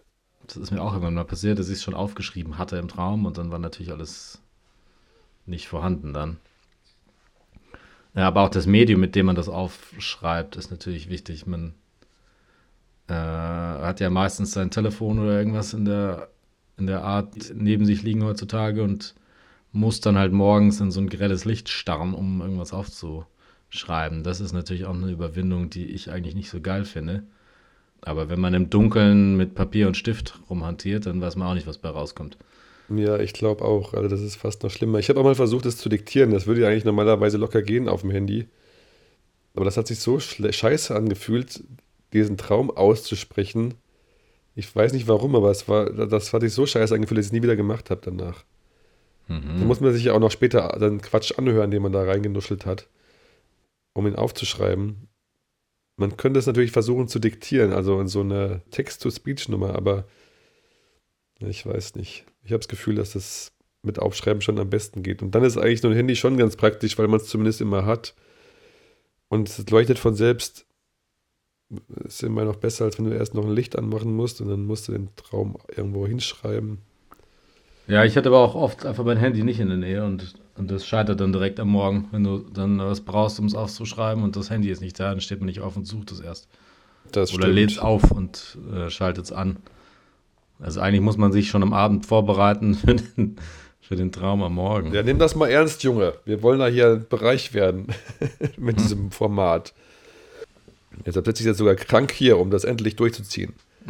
Das ist mir auch irgendwann mal passiert, dass ich es schon aufgeschrieben hatte im Traum und dann war natürlich alles nicht vorhanden dann. Ja, aber auch das Medium, mit dem man das aufschreibt, ist natürlich wichtig. Man äh, hat ja meistens sein Telefon oder irgendwas in der, in der Art neben sich liegen heutzutage und muss dann halt morgens in so ein grelles Licht starren, um irgendwas aufzuschreiben. Das ist natürlich auch eine Überwindung, die ich eigentlich nicht so geil finde. Aber wenn man im Dunkeln mit Papier und Stift rumhantiert, dann weiß man auch nicht, was bei rauskommt. Ja, ich glaube auch. Also das ist fast noch schlimmer. Ich habe auch mal versucht, das zu diktieren. Das würde ja eigentlich normalerweise locker gehen auf dem Handy. Aber das hat sich so schle- scheiße angefühlt, diesen Traum auszusprechen. Ich weiß nicht warum, aber es war, das hat sich so scheiße angefühlt, dass ich es nie wieder gemacht habe danach. Mhm. Da muss man sich ja auch noch später dann Quatsch anhören, den man da reingenuschelt hat, um ihn aufzuschreiben. Man könnte es natürlich versuchen zu diktieren, also in so eine Text-to-Speech-Nummer, aber ich weiß nicht. Ich habe das Gefühl, dass das mit Aufschreiben schon am besten geht. Und dann ist eigentlich so ein Handy schon ganz praktisch, weil man es zumindest immer hat. Und es leuchtet von selbst. Ist immer noch besser, als wenn du erst noch ein Licht anmachen musst und dann musst du den Traum irgendwo hinschreiben. Ja, ich hatte aber auch oft einfach mein Handy nicht in der Nähe und, und das scheitert dann direkt am Morgen, wenn du dann was brauchst, um es aufzuschreiben und das Handy ist nicht da, dann steht man nicht auf und sucht es erst. Das Oder lädt es auf und äh, schaltet es an. Also eigentlich muss man sich schon am Abend vorbereiten für den, für den Traum am Morgen. Ja, nimm das mal ernst, Junge. Wir wollen da hier ein Bereich werden mit diesem Format. Deshalb sitze ich jetzt sogar krank hier, um das endlich durchzuziehen.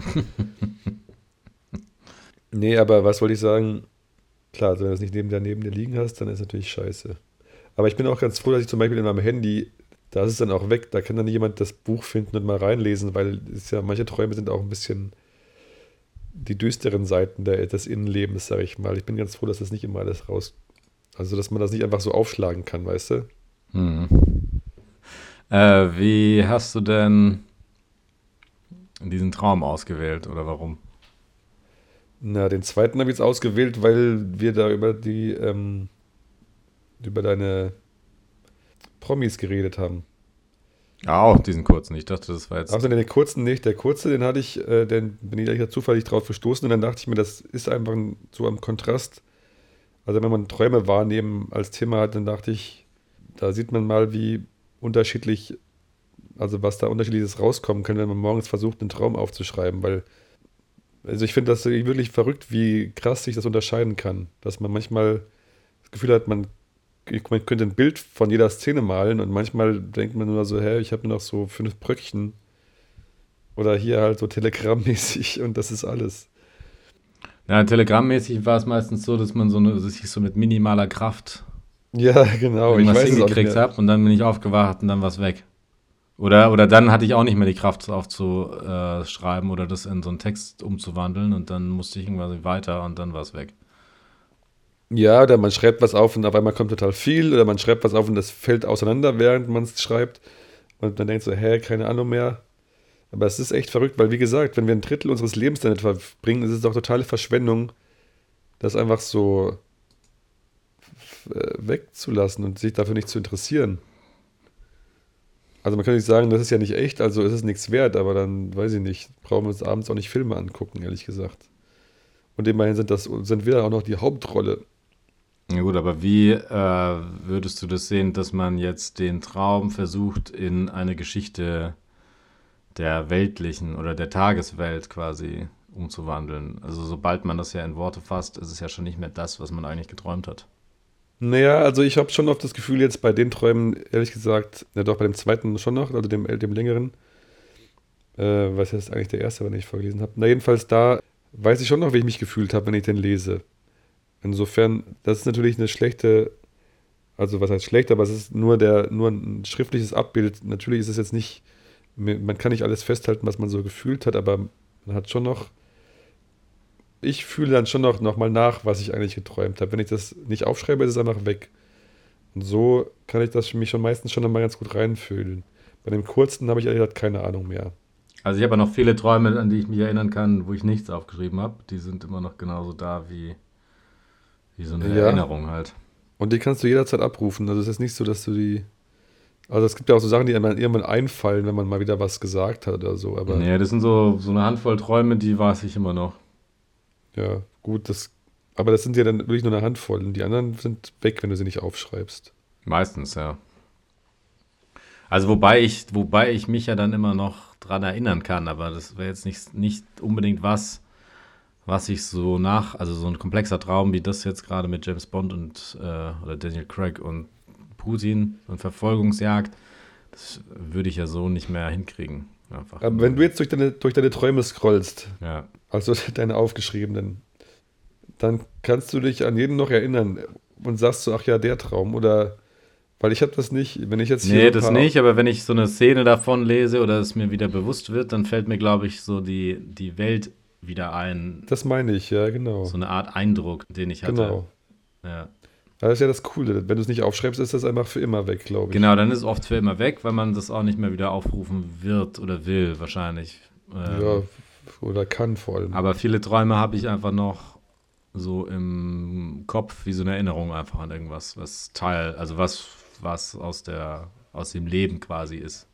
Nee, aber was wollte ich sagen? Klar, wenn du das nicht neben dir, neben dir liegen hast, dann ist natürlich scheiße. Aber ich bin auch ganz froh, dass ich zum Beispiel in meinem Handy, da ist es dann auch weg, da kann dann jemand das Buch finden und mal reinlesen, weil es ja, manche Träume sind auch ein bisschen die düsteren Seiten der, des Innenlebens, sage ich mal. Ich bin ganz froh, dass das nicht immer alles raus, also dass man das nicht einfach so aufschlagen kann, weißt du? Hm. Äh, wie hast du denn diesen Traum ausgewählt oder warum? Na, den zweiten habe ich jetzt ausgewählt, weil wir da über die, ähm, über deine Promis geredet haben. Ja, auch diesen kurzen. Ich dachte, das war jetzt. Also den kurzen nicht. Der kurze, den hatte ich, äh, den bin ich eigentlich zufällig drauf gestoßen und dann dachte ich mir, das ist einfach ein, so am Kontrast. Also wenn man Träume wahrnehmen als Thema hat, dann dachte ich, da sieht man mal, wie unterschiedlich, also was da unterschiedliches rauskommen kann, wenn man morgens versucht, einen Traum aufzuschreiben, weil also ich finde das wirklich verrückt, wie krass sich das unterscheiden kann. Dass man manchmal das Gefühl hat, man, man könnte ein Bild von jeder Szene malen und manchmal denkt man nur so, hä, ich habe nur noch so fünf Bröckchen. Oder hier halt so telegrammmäßig und das ist alles. Ja, telegrammmäßig war es meistens so, dass man so eine, sich so mit minimaler Kraft Ja, genau. Ich irgendwas weiß es auch nicht hingekriegt mehr. habe und dann bin ich aufgewacht und dann war es weg. Oder, oder dann hatte ich auch nicht mehr die Kraft, das aufzuschreiben oder das in so einen Text umzuwandeln und dann musste ich irgendwann weiter und dann war es weg. Ja, oder man schreibt was auf und auf einmal kommt total viel oder man schreibt was auf und das fällt auseinander, während man es schreibt und man denkt so, hä, keine Ahnung mehr. Aber es ist echt verrückt, weil wie gesagt, wenn wir ein Drittel unseres Lebens damit verbringen, ist es doch totale Verschwendung, das einfach so äh, wegzulassen und sich dafür nicht zu interessieren. Also man kann nicht sagen, das ist ja nicht echt, also ist es nichts wert, aber dann, weiß ich nicht, brauchen wir uns abends auch nicht Filme angucken, ehrlich gesagt. Und immerhin sind das sind wir auch noch die Hauptrolle. Ja gut, aber wie äh, würdest du das sehen, dass man jetzt den Traum versucht, in eine Geschichte der weltlichen oder der Tageswelt quasi umzuwandeln? Also sobald man das ja in Worte fasst, ist es ja schon nicht mehr das, was man eigentlich geträumt hat. Naja, also ich habe schon oft das Gefühl jetzt bei den Träumen, ehrlich gesagt, ja doch bei dem zweiten schon noch, also dem, dem längeren, äh, was ist eigentlich der erste, wenn ich vorgelesen habe. Na jedenfalls da weiß ich schon noch, wie ich mich gefühlt habe, wenn ich den lese. Insofern, das ist natürlich eine schlechte, also was heißt schlecht, aber es ist nur der, nur ein schriftliches Abbild. Natürlich ist es jetzt nicht, man kann nicht alles festhalten, was man so gefühlt hat, aber man hat schon noch, ich fühle dann schon noch, noch mal nach, was ich eigentlich geträumt habe. Wenn ich das nicht aufschreibe, ist es einfach weg. Und so kann ich das für mich schon meistens schon mal ganz gut reinfühlen. Bei dem kurzen habe ich ehrlich gesagt keine Ahnung mehr. Also ich habe ja noch viele Träume, an die ich mich erinnern kann, wo ich nichts aufgeschrieben habe. Die sind immer noch genauso da wie, wie so eine Ja. Erinnerung halt. Und die kannst du jederzeit abrufen. Also es ist nicht so, dass du die. Also es gibt ja auch so Sachen, die einem irgendwann einfallen, wenn man mal wieder was gesagt hat oder so. Aber Nee, das sind so, so eine Handvoll Träume, die weiß ich immer noch. Ja, gut, das, aber das sind ja dann wirklich nur eine Handvoll. Und die anderen sind weg, wenn du sie nicht aufschreibst. Meistens, ja. Also wobei ich, wobei ich mich ja dann immer noch dran erinnern kann, aber das wäre jetzt nicht, nicht unbedingt was, was ich so nach, also so ein komplexer Traum wie das jetzt gerade mit James Bond und äh, oder Daniel Craig und Putin und Verfolgungsjagd, das würde ich ja so nicht mehr hinkriegen. Einfach. Aber wenn du jetzt durch deine, durch deine Träume scrollst, Ja. also deine aufgeschriebenen, dann kannst du dich an jeden noch erinnern und sagst so, ach ja, der Traum. Oder, weil ich habe das nicht, wenn ich jetzt hier Nee, so ein das paar- nicht, aber wenn ich so eine Szene davon lese oder es mir wieder bewusst wird, dann fällt mir, glaube ich, so die, die Welt wieder ein. Das meine ich, ja, genau. So eine Art Eindruck, den ich hatte. Genau. Ja. Das ist ja das Coole. Wenn du es nicht aufschreibst, ist das einfach für immer weg, glaube ich. Genau, dann ist es oft für immer weg, weil man das auch nicht mehr wieder aufrufen wird oder will, wahrscheinlich. Ähm, Ja, oder kann vor allem. Aber viele Träume habe ich einfach noch so im Kopf, wie so eine Erinnerung einfach an irgendwas, was Teil, also was, was aus der, aus dem Leben quasi ist.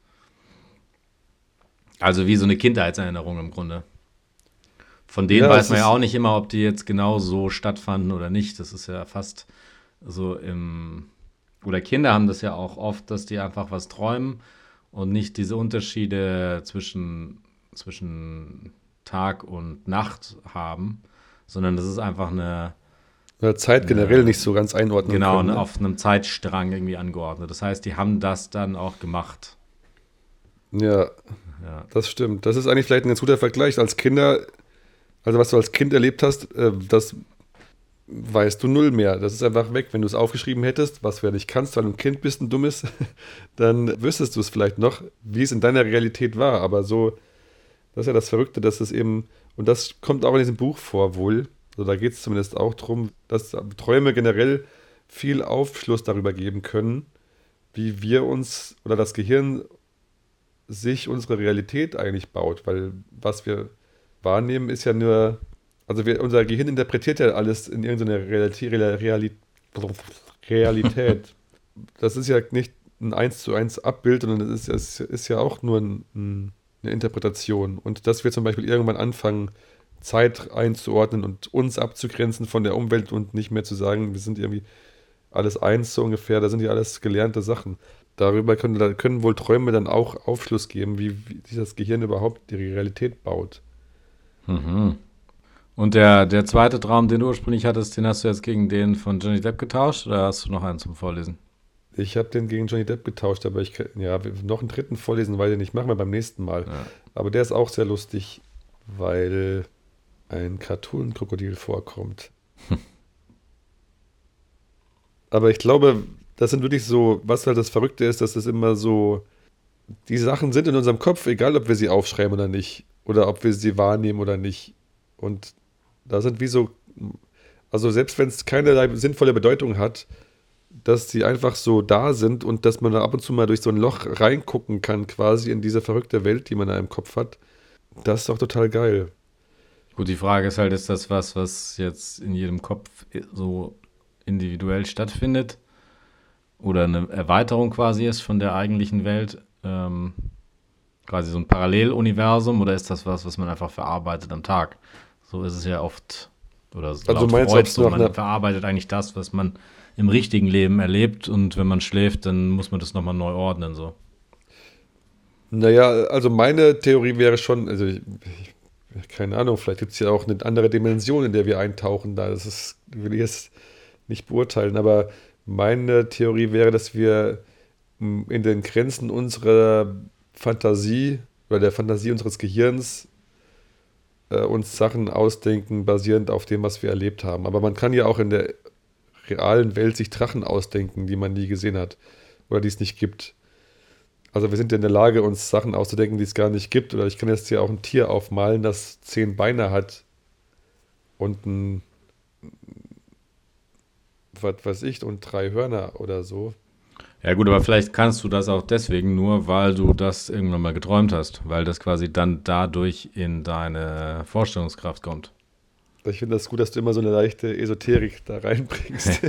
Also wie so eine Kindheitserinnerung im Grunde. Von denen Ja, weiß es man ja ist- auch nicht immer, ob die jetzt genau so stattfanden oder nicht. Das ist ja fast so im, oder Kinder haben das ja auch oft, dass die einfach was träumen und nicht diese Unterschiede zwischen, zwischen Tag und Nacht haben, sondern das ist einfach eine, Oder Zeit generell Ja. nicht so ganz einordnen genau, können. ne, Ne? auf einem Zeitstrang irgendwie angeordnet. Das heißt, die haben das dann auch gemacht. Ja, Ja. das stimmt. Das ist eigentlich vielleicht ein ganz guter Vergleich. Als Kinder, also was du als Kind erlebt hast, äh, das weißt du null mehr. Das ist einfach weg. Wenn du es aufgeschrieben hättest, was du ja nicht kannst, weil du ein Kind bist, ein dummes, dann wüsstest du es vielleicht noch, wie es in deiner Realität war. Aber so, das ist ja das Verrückte, dass es eben, und das kommt auch in diesem Buch vor wohl, also da geht es zumindest auch darum, dass Träume generell viel Aufschluss darüber geben können, wie wir uns oder das Gehirn sich unsere Realität eigentlich baut, weil was wir wahrnehmen ist ja nur, also wir, unser Gehirn interpretiert ja alles in irgendeiner Realität, Realität, Realität. Das ist ja nicht ein eins zu eins Abbild, sondern es ist, es ist ja auch nur ein, ein, eine Interpretation. Und dass wir zum Beispiel irgendwann anfangen, Zeit einzuordnen und uns abzugrenzen von der Umwelt und nicht mehr zu sagen, wir sind irgendwie alles eins so ungefähr, da sind ja alles gelernte Sachen. Darüber können, da können wohl Träume dann auch Aufschluss geben, wie, wie sich das Gehirn überhaupt die Realität baut. Mhm. Und der, der zweite Traum, den du ursprünglich hattest, den hast du jetzt gegen den von Johnny Depp getauscht oder hast du noch einen zum Vorlesen? Ich habe den gegen Johnny Depp getauscht, aber ich kann, ja, wir- noch einen dritten vorlesen, weil den nicht machen wir beim nächsten Mal. Ja. Aber der ist auch sehr lustig, weil ein Cartoon-Krokodil vorkommt. Aber ich glaube, das sind wirklich so, was halt das Verrückte ist, dass das immer so, die Sachen sind in unserem Kopf, egal ob wir sie aufschreiben oder nicht, oder ob wir sie wahrnehmen oder nicht. Und da sind wie so, also selbst wenn es keinerlei sinnvolle Bedeutung hat, dass sie einfach so da sind und dass man da ab und zu mal durch so ein Loch reingucken kann, quasi in diese verrückte Welt, die man da im Kopf hat. Das ist doch total geil. Gut, die Frage ist halt, ist das was, was jetzt in jedem Kopf so individuell stattfindet oder eine Erweiterung quasi ist von der eigentlichen Welt, ähm, quasi so ein Paralleluniversum, oder ist das was, was man einfach verarbeitet am Tag? So ist es ja oft, oder so Also laut meinst du, Freud ob's so, noch man eine- verarbeitet eigentlich das, was man im richtigen Leben erlebt, und wenn man schläft, dann muss man das nochmal neu ordnen, so. Naja, also meine Theorie wäre schon, also ich, ich, keine Ahnung, vielleicht gibt es ja auch eine andere Dimension, in der wir eintauchen. Da das ist, will ich jetzt nicht beurteilen, aber meine Theorie wäre, dass wir m, in den Grenzen unserer Fantasie oder der Fantasie unseres Gehirns äh, uns Sachen ausdenken, basierend auf dem, was wir erlebt haben. Aber man kann ja auch in der realen Welt sich Drachen ausdenken, die man nie gesehen hat oder die es nicht gibt. Also wir sind ja in der Lage, uns Sachen auszudenken, die es gar nicht gibt. Oder ich kann jetzt hier auch ein Tier aufmalen, das zehn Beine hat und ein, was weiß ich, und drei Hörner oder so. Ja gut, aber vielleicht kannst du das auch deswegen nur, weil du das irgendwann mal geträumt hast, weil das quasi dann dadurch in deine Vorstellungskraft kommt. Ich finde das gut, dass du immer so eine leichte Esoterik da reinbringst.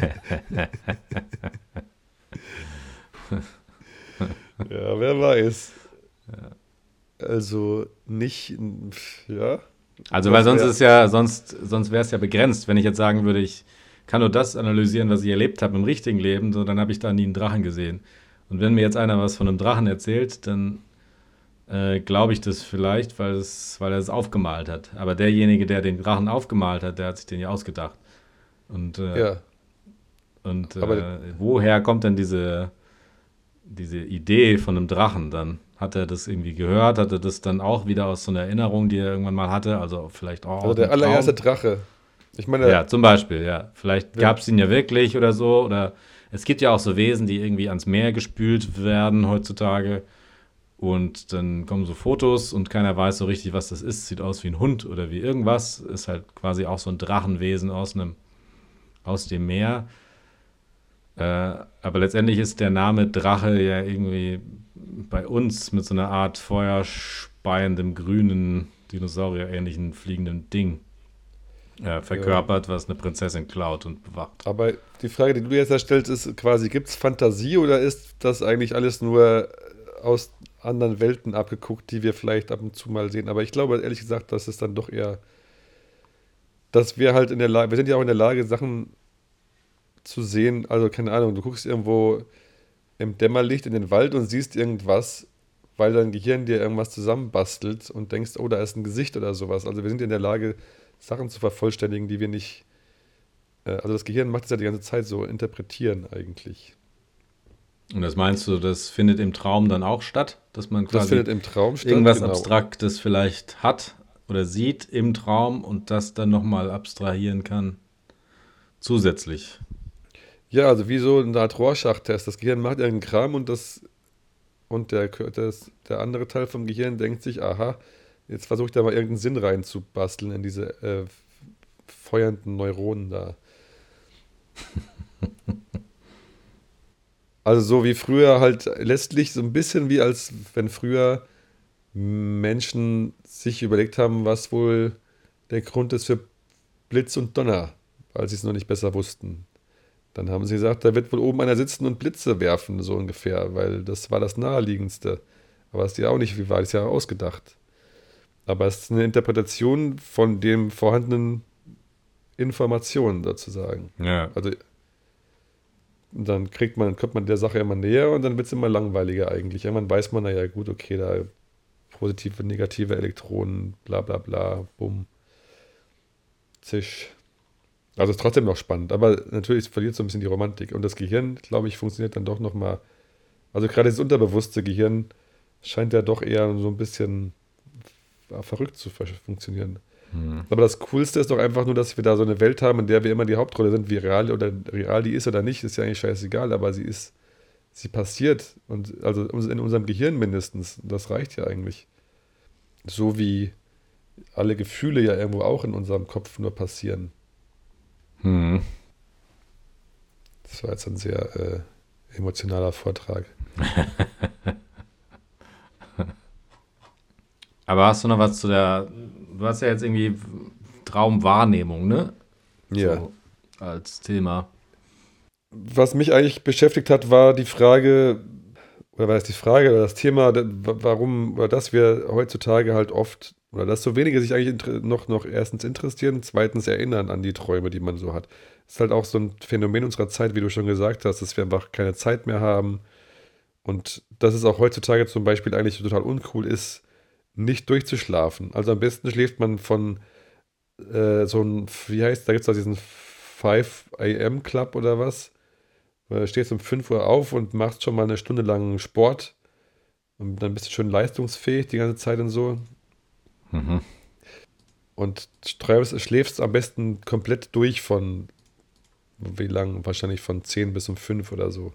Ja, wer weiß. Also nicht, ja, Also, Das weil sonst wär- ist ja, sonst, sonst wäre es ja begrenzt, wenn ich jetzt sagen würde, ich kann nur das analysieren, was ich erlebt habe im richtigen Leben, so dann habe ich da nie einen Drachen gesehen. Und wenn mir jetzt einer was von einem Drachen erzählt, dann äh, glaube ich das vielleicht, weil, es, weil er es aufgemalt hat. Aber derjenige, der den Drachen aufgemalt hat, der hat sich den ja ausgedacht. Und, äh, Ja, und aber äh, woher kommt denn diese, diese Idee von einem Drachen dann? Hat er das irgendwie gehört? Hat er das dann auch wieder aus so einer Erinnerung, die er irgendwann mal hatte? Also vielleicht auch also aus der einem Traum? allererste Drache. Ich meine, Ja, zum Beispiel, ja. Vielleicht Ja. gab es ihn ja wirklich oder so. Oder es gibt ja auch so Wesen, die irgendwie ans Meer gespült werden heutzutage. Und dann kommen so Fotos und keiner weiß so richtig, was das ist. Sieht aus wie ein Hund oder wie irgendwas. Ist halt quasi auch so ein Drachenwesen aus einem, aus dem Meer. Äh, aber letztendlich ist der Name Drache ja irgendwie bei uns mit so einer Art feuerspeiendem, grünen, Dinosaurier-ähnlichen fliegenden Ding äh, verkörpert, was eine Prinzessin klaut und bewacht. aber die Frage, die du jetzt stellst, ist quasi, gibt es Fantasie oder ist das eigentlich alles nur aus anderen Welten abgeguckt, die wir vielleicht ab und zu mal sehen? Aber ich glaube, ehrlich gesagt, das ist dann doch eher, dass wir halt in der Lage, wir sind ja auch in der Lage, Sachen zu sehen, also keine Ahnung, du guckst irgendwo im Dämmerlicht in den Wald und siehst irgendwas, weil dein Gehirn dir irgendwas zusammenbastelt und denkst, oh, da ist ein Gesicht oder sowas. Also wir sind in der Lage, Sachen zu vervollständigen, die wir nicht, äh, also das Gehirn macht es ja die ganze Zeit so, interpretieren eigentlich. Und das meinst du, das findet im Traum dann auch statt? Dass man Das quasi findet im Traum statt, irgendwas genau. Abstraktes vielleicht hat oder sieht im Traum und das dann nochmal abstrahieren kann. Zusätzlich. Ja, also wie so eine Art Rorschach-Test. Das Gehirn macht irgendeinen Kram und das und der, Kö- das, der andere Teil vom Gehirn denkt sich, aha, jetzt versuche ich da mal irgendeinen Sinn reinzubasteln in diese äh, feuernden Neuronen da. Also so wie früher halt letztlich so ein bisschen wie als wenn früher Menschen sich überlegt haben, was wohl der Grund ist für Blitz und Donner, weil sie es noch nicht besser wussten. Dann haben sie gesagt, da wird wohl oben einer sitzen und Blitze werfen, so ungefähr, weil das war das Naheliegendste. Aber es ist ja auch nicht wie war, das ist ja ausgedacht. Aber es ist eine Interpretation von dem vorhandenen Informationen sozusagen. Ja. Also dann kriegt man, kommt man der Sache immer näher und dann wird es immer langweiliger eigentlich. Irgendwann weiß man, naja, gut, okay, da positive, negative Elektronen, bla bla bla, bumm, zisch. Also ist trotzdem noch spannend, aber natürlich verliert so ein bisschen die Romantik. Und das Gehirn, glaube ich, funktioniert dann doch nochmal. Also gerade das unterbewusste Gehirn scheint ja doch eher so ein bisschen ja, verrückt zu ver- funktionieren. Hm. Aber das Coolste ist doch einfach nur, dass wir da so eine Welt haben, in der wir immer die Hauptrolle sind, wie real oder real die ist oder nicht, ist ja eigentlich scheißegal, aber sie ist, sie passiert und also in unserem Gehirn mindestens. Das reicht ja eigentlich. So wie alle Gefühle ja irgendwo auch in unserem Kopf nur passieren. Hm. Das war jetzt ein sehr äh, emotionaler Vortrag. Aber hast du noch was zu der, du hast ja jetzt irgendwie Traumwahrnehmung, ne? Ja. So als Thema. Was mich eigentlich beschäftigt hat, war die Frage, oder war das die Frage, oder das Thema, da- wa- warum, oder dass wir heutzutage halt oft, oder dass so wenige sich eigentlich inter- noch, noch erstens interessieren, zweitens erinnern an die Träume, die man so hat. Das ist halt auch so ein Phänomen unserer Zeit, wie du schon gesagt hast, dass wir einfach keine Zeit mehr haben und dass es auch heutzutage zum Beispiel eigentlich total uncool ist, nicht durchzuschlafen. Also am besten schläft man von äh, so ein, wie heißt, da gibt es doch diesen five a m Club oder was. Da stehst du um fünf Uhr auf und machst schon mal eine Stunde lang Sport und dann bist du schön leistungsfähig die ganze Zeit und so. Mhm. Und träumst, schläfst am besten komplett durch von, wie lang? Wahrscheinlich von zehn bis um fünf oder so.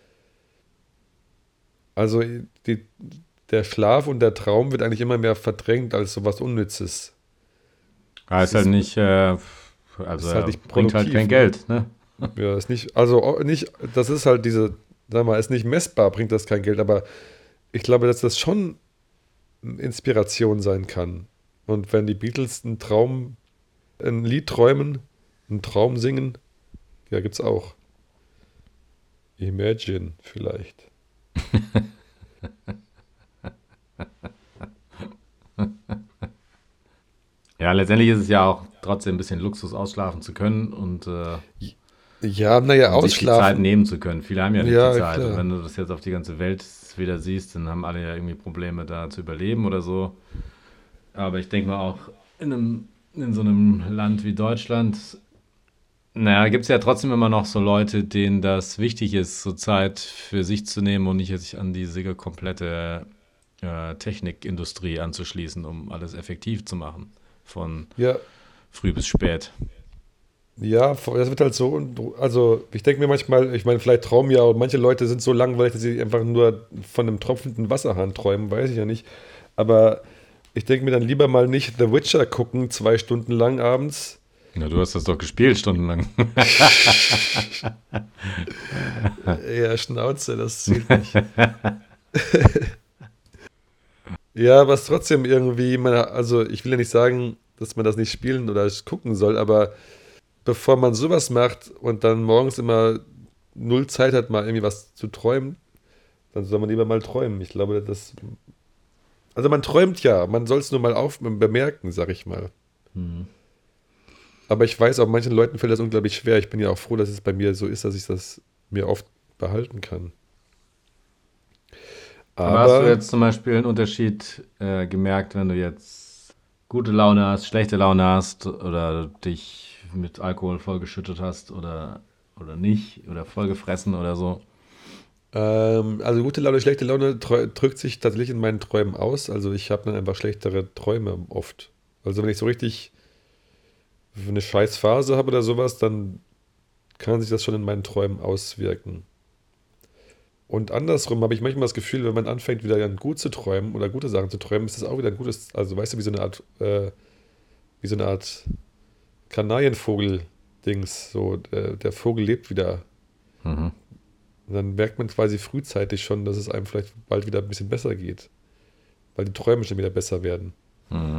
Also die, der Schlaf und der Traum wird eigentlich immer mehr verdrängt als sowas Unnützes. Ja, ist Es halt ist- nicht, äh, also ist halt nicht bringt halt produktiv, kein ne? Geld, ne? Ja, ist nicht, also auch nicht, das ist halt diese, sag mal, ist nicht messbar, bringt das kein Geld, aber ich glaube, dass das schon Inspiration sein kann. Und wenn die Beatles einen Traum, ein Lied träumen, einen Traum singen, ja, gibt's auch. Imagine vielleicht. Ja, Ja, letztendlich ist es ja auch trotzdem ein bisschen Luxus, ausschlafen zu können und äh, Ja, naja, und sich die Zeit ausschlafen. nehmen zu können. Viele haben ja nicht Ja, die Zeit. Und klar. wenn du das jetzt auf die ganze Welt wieder siehst, dann haben alle ja irgendwie Probleme, da zu überleben oder so. Aber ich denke mal auch in einem, in so einem Land wie Deutschland, naja, gibt es ja trotzdem immer noch so Leute, denen das wichtig ist, so Zeit für sich zu nehmen und nicht sich an diese komplette äh, Technikindustrie anzuschließen, um alles effektiv zu machen. Von Ja, früh bis spät. ja, das wird halt so. und- Also, ich denke mir manchmal, ich meine, vielleicht träumen ja, und manche Leute sind so langweilig, dass sie einfach nur von einem tropfenden Wasserhahn träumen, weiß ich ja nicht. Aber ich denke mir dann lieber mal nicht The Witcher gucken, zwei Stunden lang abends. Na, du hast das doch gespielt stundenlang. Ja, Schnauze, das zieht mich. Ja, aber es ist trotzdem irgendwie, man, also ich will ja nicht sagen, dass man das nicht spielen oder gucken soll, aber bevor man sowas macht und dann morgens immer null Zeit hat, mal irgendwie was zu träumen, dann soll man lieber mal träumen. Ich glaube, das. Also man träumt ja, man soll es nur mal auf bemerken, sag ich mal. Hm. Aber ich weiß, auch manchen Leuten fällt das unglaublich schwer. Ich bin ja auch froh, dass es bei mir so ist, dass ich das mir oft behalten kann. Aber hast du Aber jetzt zum Beispiel einen Unterschied äh, gemerkt, wenn du jetzt gute Laune hast, schlechte Laune hast oder dich mit Alkohol vollgeschüttet hast oder, oder nicht oder vollgefressen oder so? ähm, also gute Laune, schlechte Laune trö- drückt sich tatsächlich in meinen Träumen aus. Also ich habe dann einfach schlechtere Träume oft. Also wenn ich so richtig eine scheiß Phase habe oder sowas, dann kann sich das schon in meinen Träumen auswirken. Und andersrum habe ich manchmal das Gefühl, wenn man anfängt, wieder dann gut zu träumen oder gute Sachen zu träumen, ist das auch wieder ein gutes, also weißt du, wie so eine Art, äh, wie so eine Art Kanarienvogel-Dings. So, der, der Vogel lebt wieder. Mhm. Und dann merkt man quasi frühzeitig schon, dass es einem vielleicht bald wieder ein bisschen besser geht. Weil die Träume schon wieder besser werden. Mhm.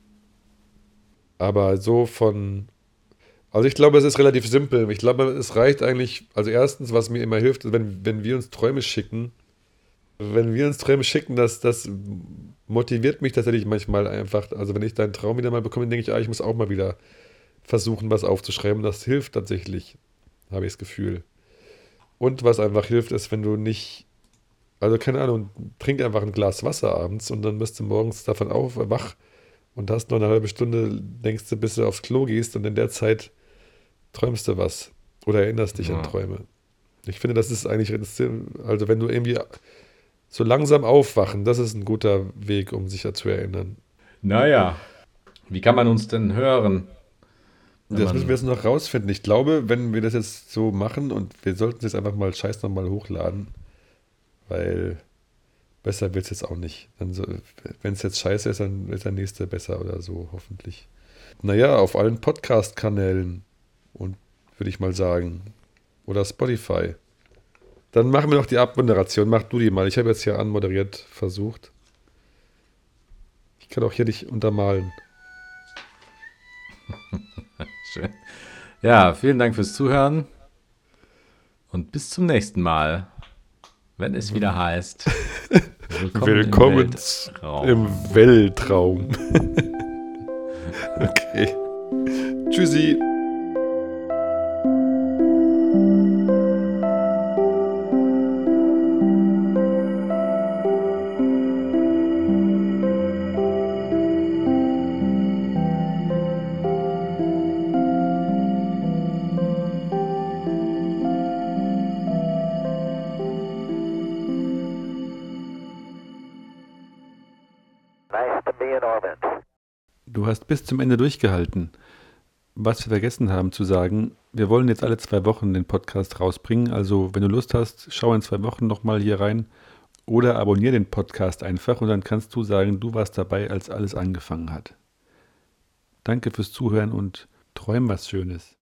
Aber so von. Also ich glaube, es ist relativ simpel. Ich glaube, es reicht eigentlich, also erstens, was mir immer hilft, ist, wenn, wenn wir uns Träume schicken, wenn wir uns Träume schicken, das, das motiviert mich tatsächlich manchmal einfach. Also wenn ich deinen Traum wieder mal bekomme, dann denke ich, ah, ich muss auch mal wieder versuchen, was aufzuschreiben. Das hilft tatsächlich, habe ich das Gefühl. Und was einfach hilft, ist, wenn du nicht, also keine Ahnung, trink einfach ein Glas Wasser abends und dann bist du morgens davon auf, wach und hast noch eine halbe Stunde, denkst du, bis du aufs Klo gehst und in der Zeit träumst du was oder erinnerst dich an Ja. Träume. Ich finde, das ist eigentlich, also wenn du irgendwie so langsam aufwachen, das ist ein guter Weg, um sich zu erinnern. Naja, wie kann man uns denn hören? Wenn Das müssen wir man, jetzt noch rausfinden. Ich glaube, wenn wir das jetzt so machen und wir sollten es jetzt einfach mal scheiß nochmal hochladen, weil besser wird es jetzt auch nicht. Dann so, wenn es jetzt scheiße ist, dann ist der nächste besser oder so, hoffentlich. Naja, auf allen Podcast-Kanälen und würde ich mal sagen. Oder Spotify. Dann machen wir noch die Abmoderation. Mach du die mal. Ich habe jetzt hier anmoderiert versucht. Ich kann auch hier dich untermalen. schön. Ja, vielen Dank fürs Zuhören und bis zum nächsten Mal, wenn es wieder heißt Willkommen, Willkommen im Weltraum. im Weltraum. Okay. Tschüssi. Nice to be in orbit. Du hast bis zum Ende durchgehalten. Was wir vergessen haben zu sagen, wir wollen jetzt alle zwei Wochen den Podcast rausbringen. Also wenn du Lust hast, schau in zwei Wochen nochmal hier rein oder abonniere den Podcast einfach und dann kannst du sagen, du warst dabei, als alles angefangen hat. Danke fürs Zuhören und träum was Schönes.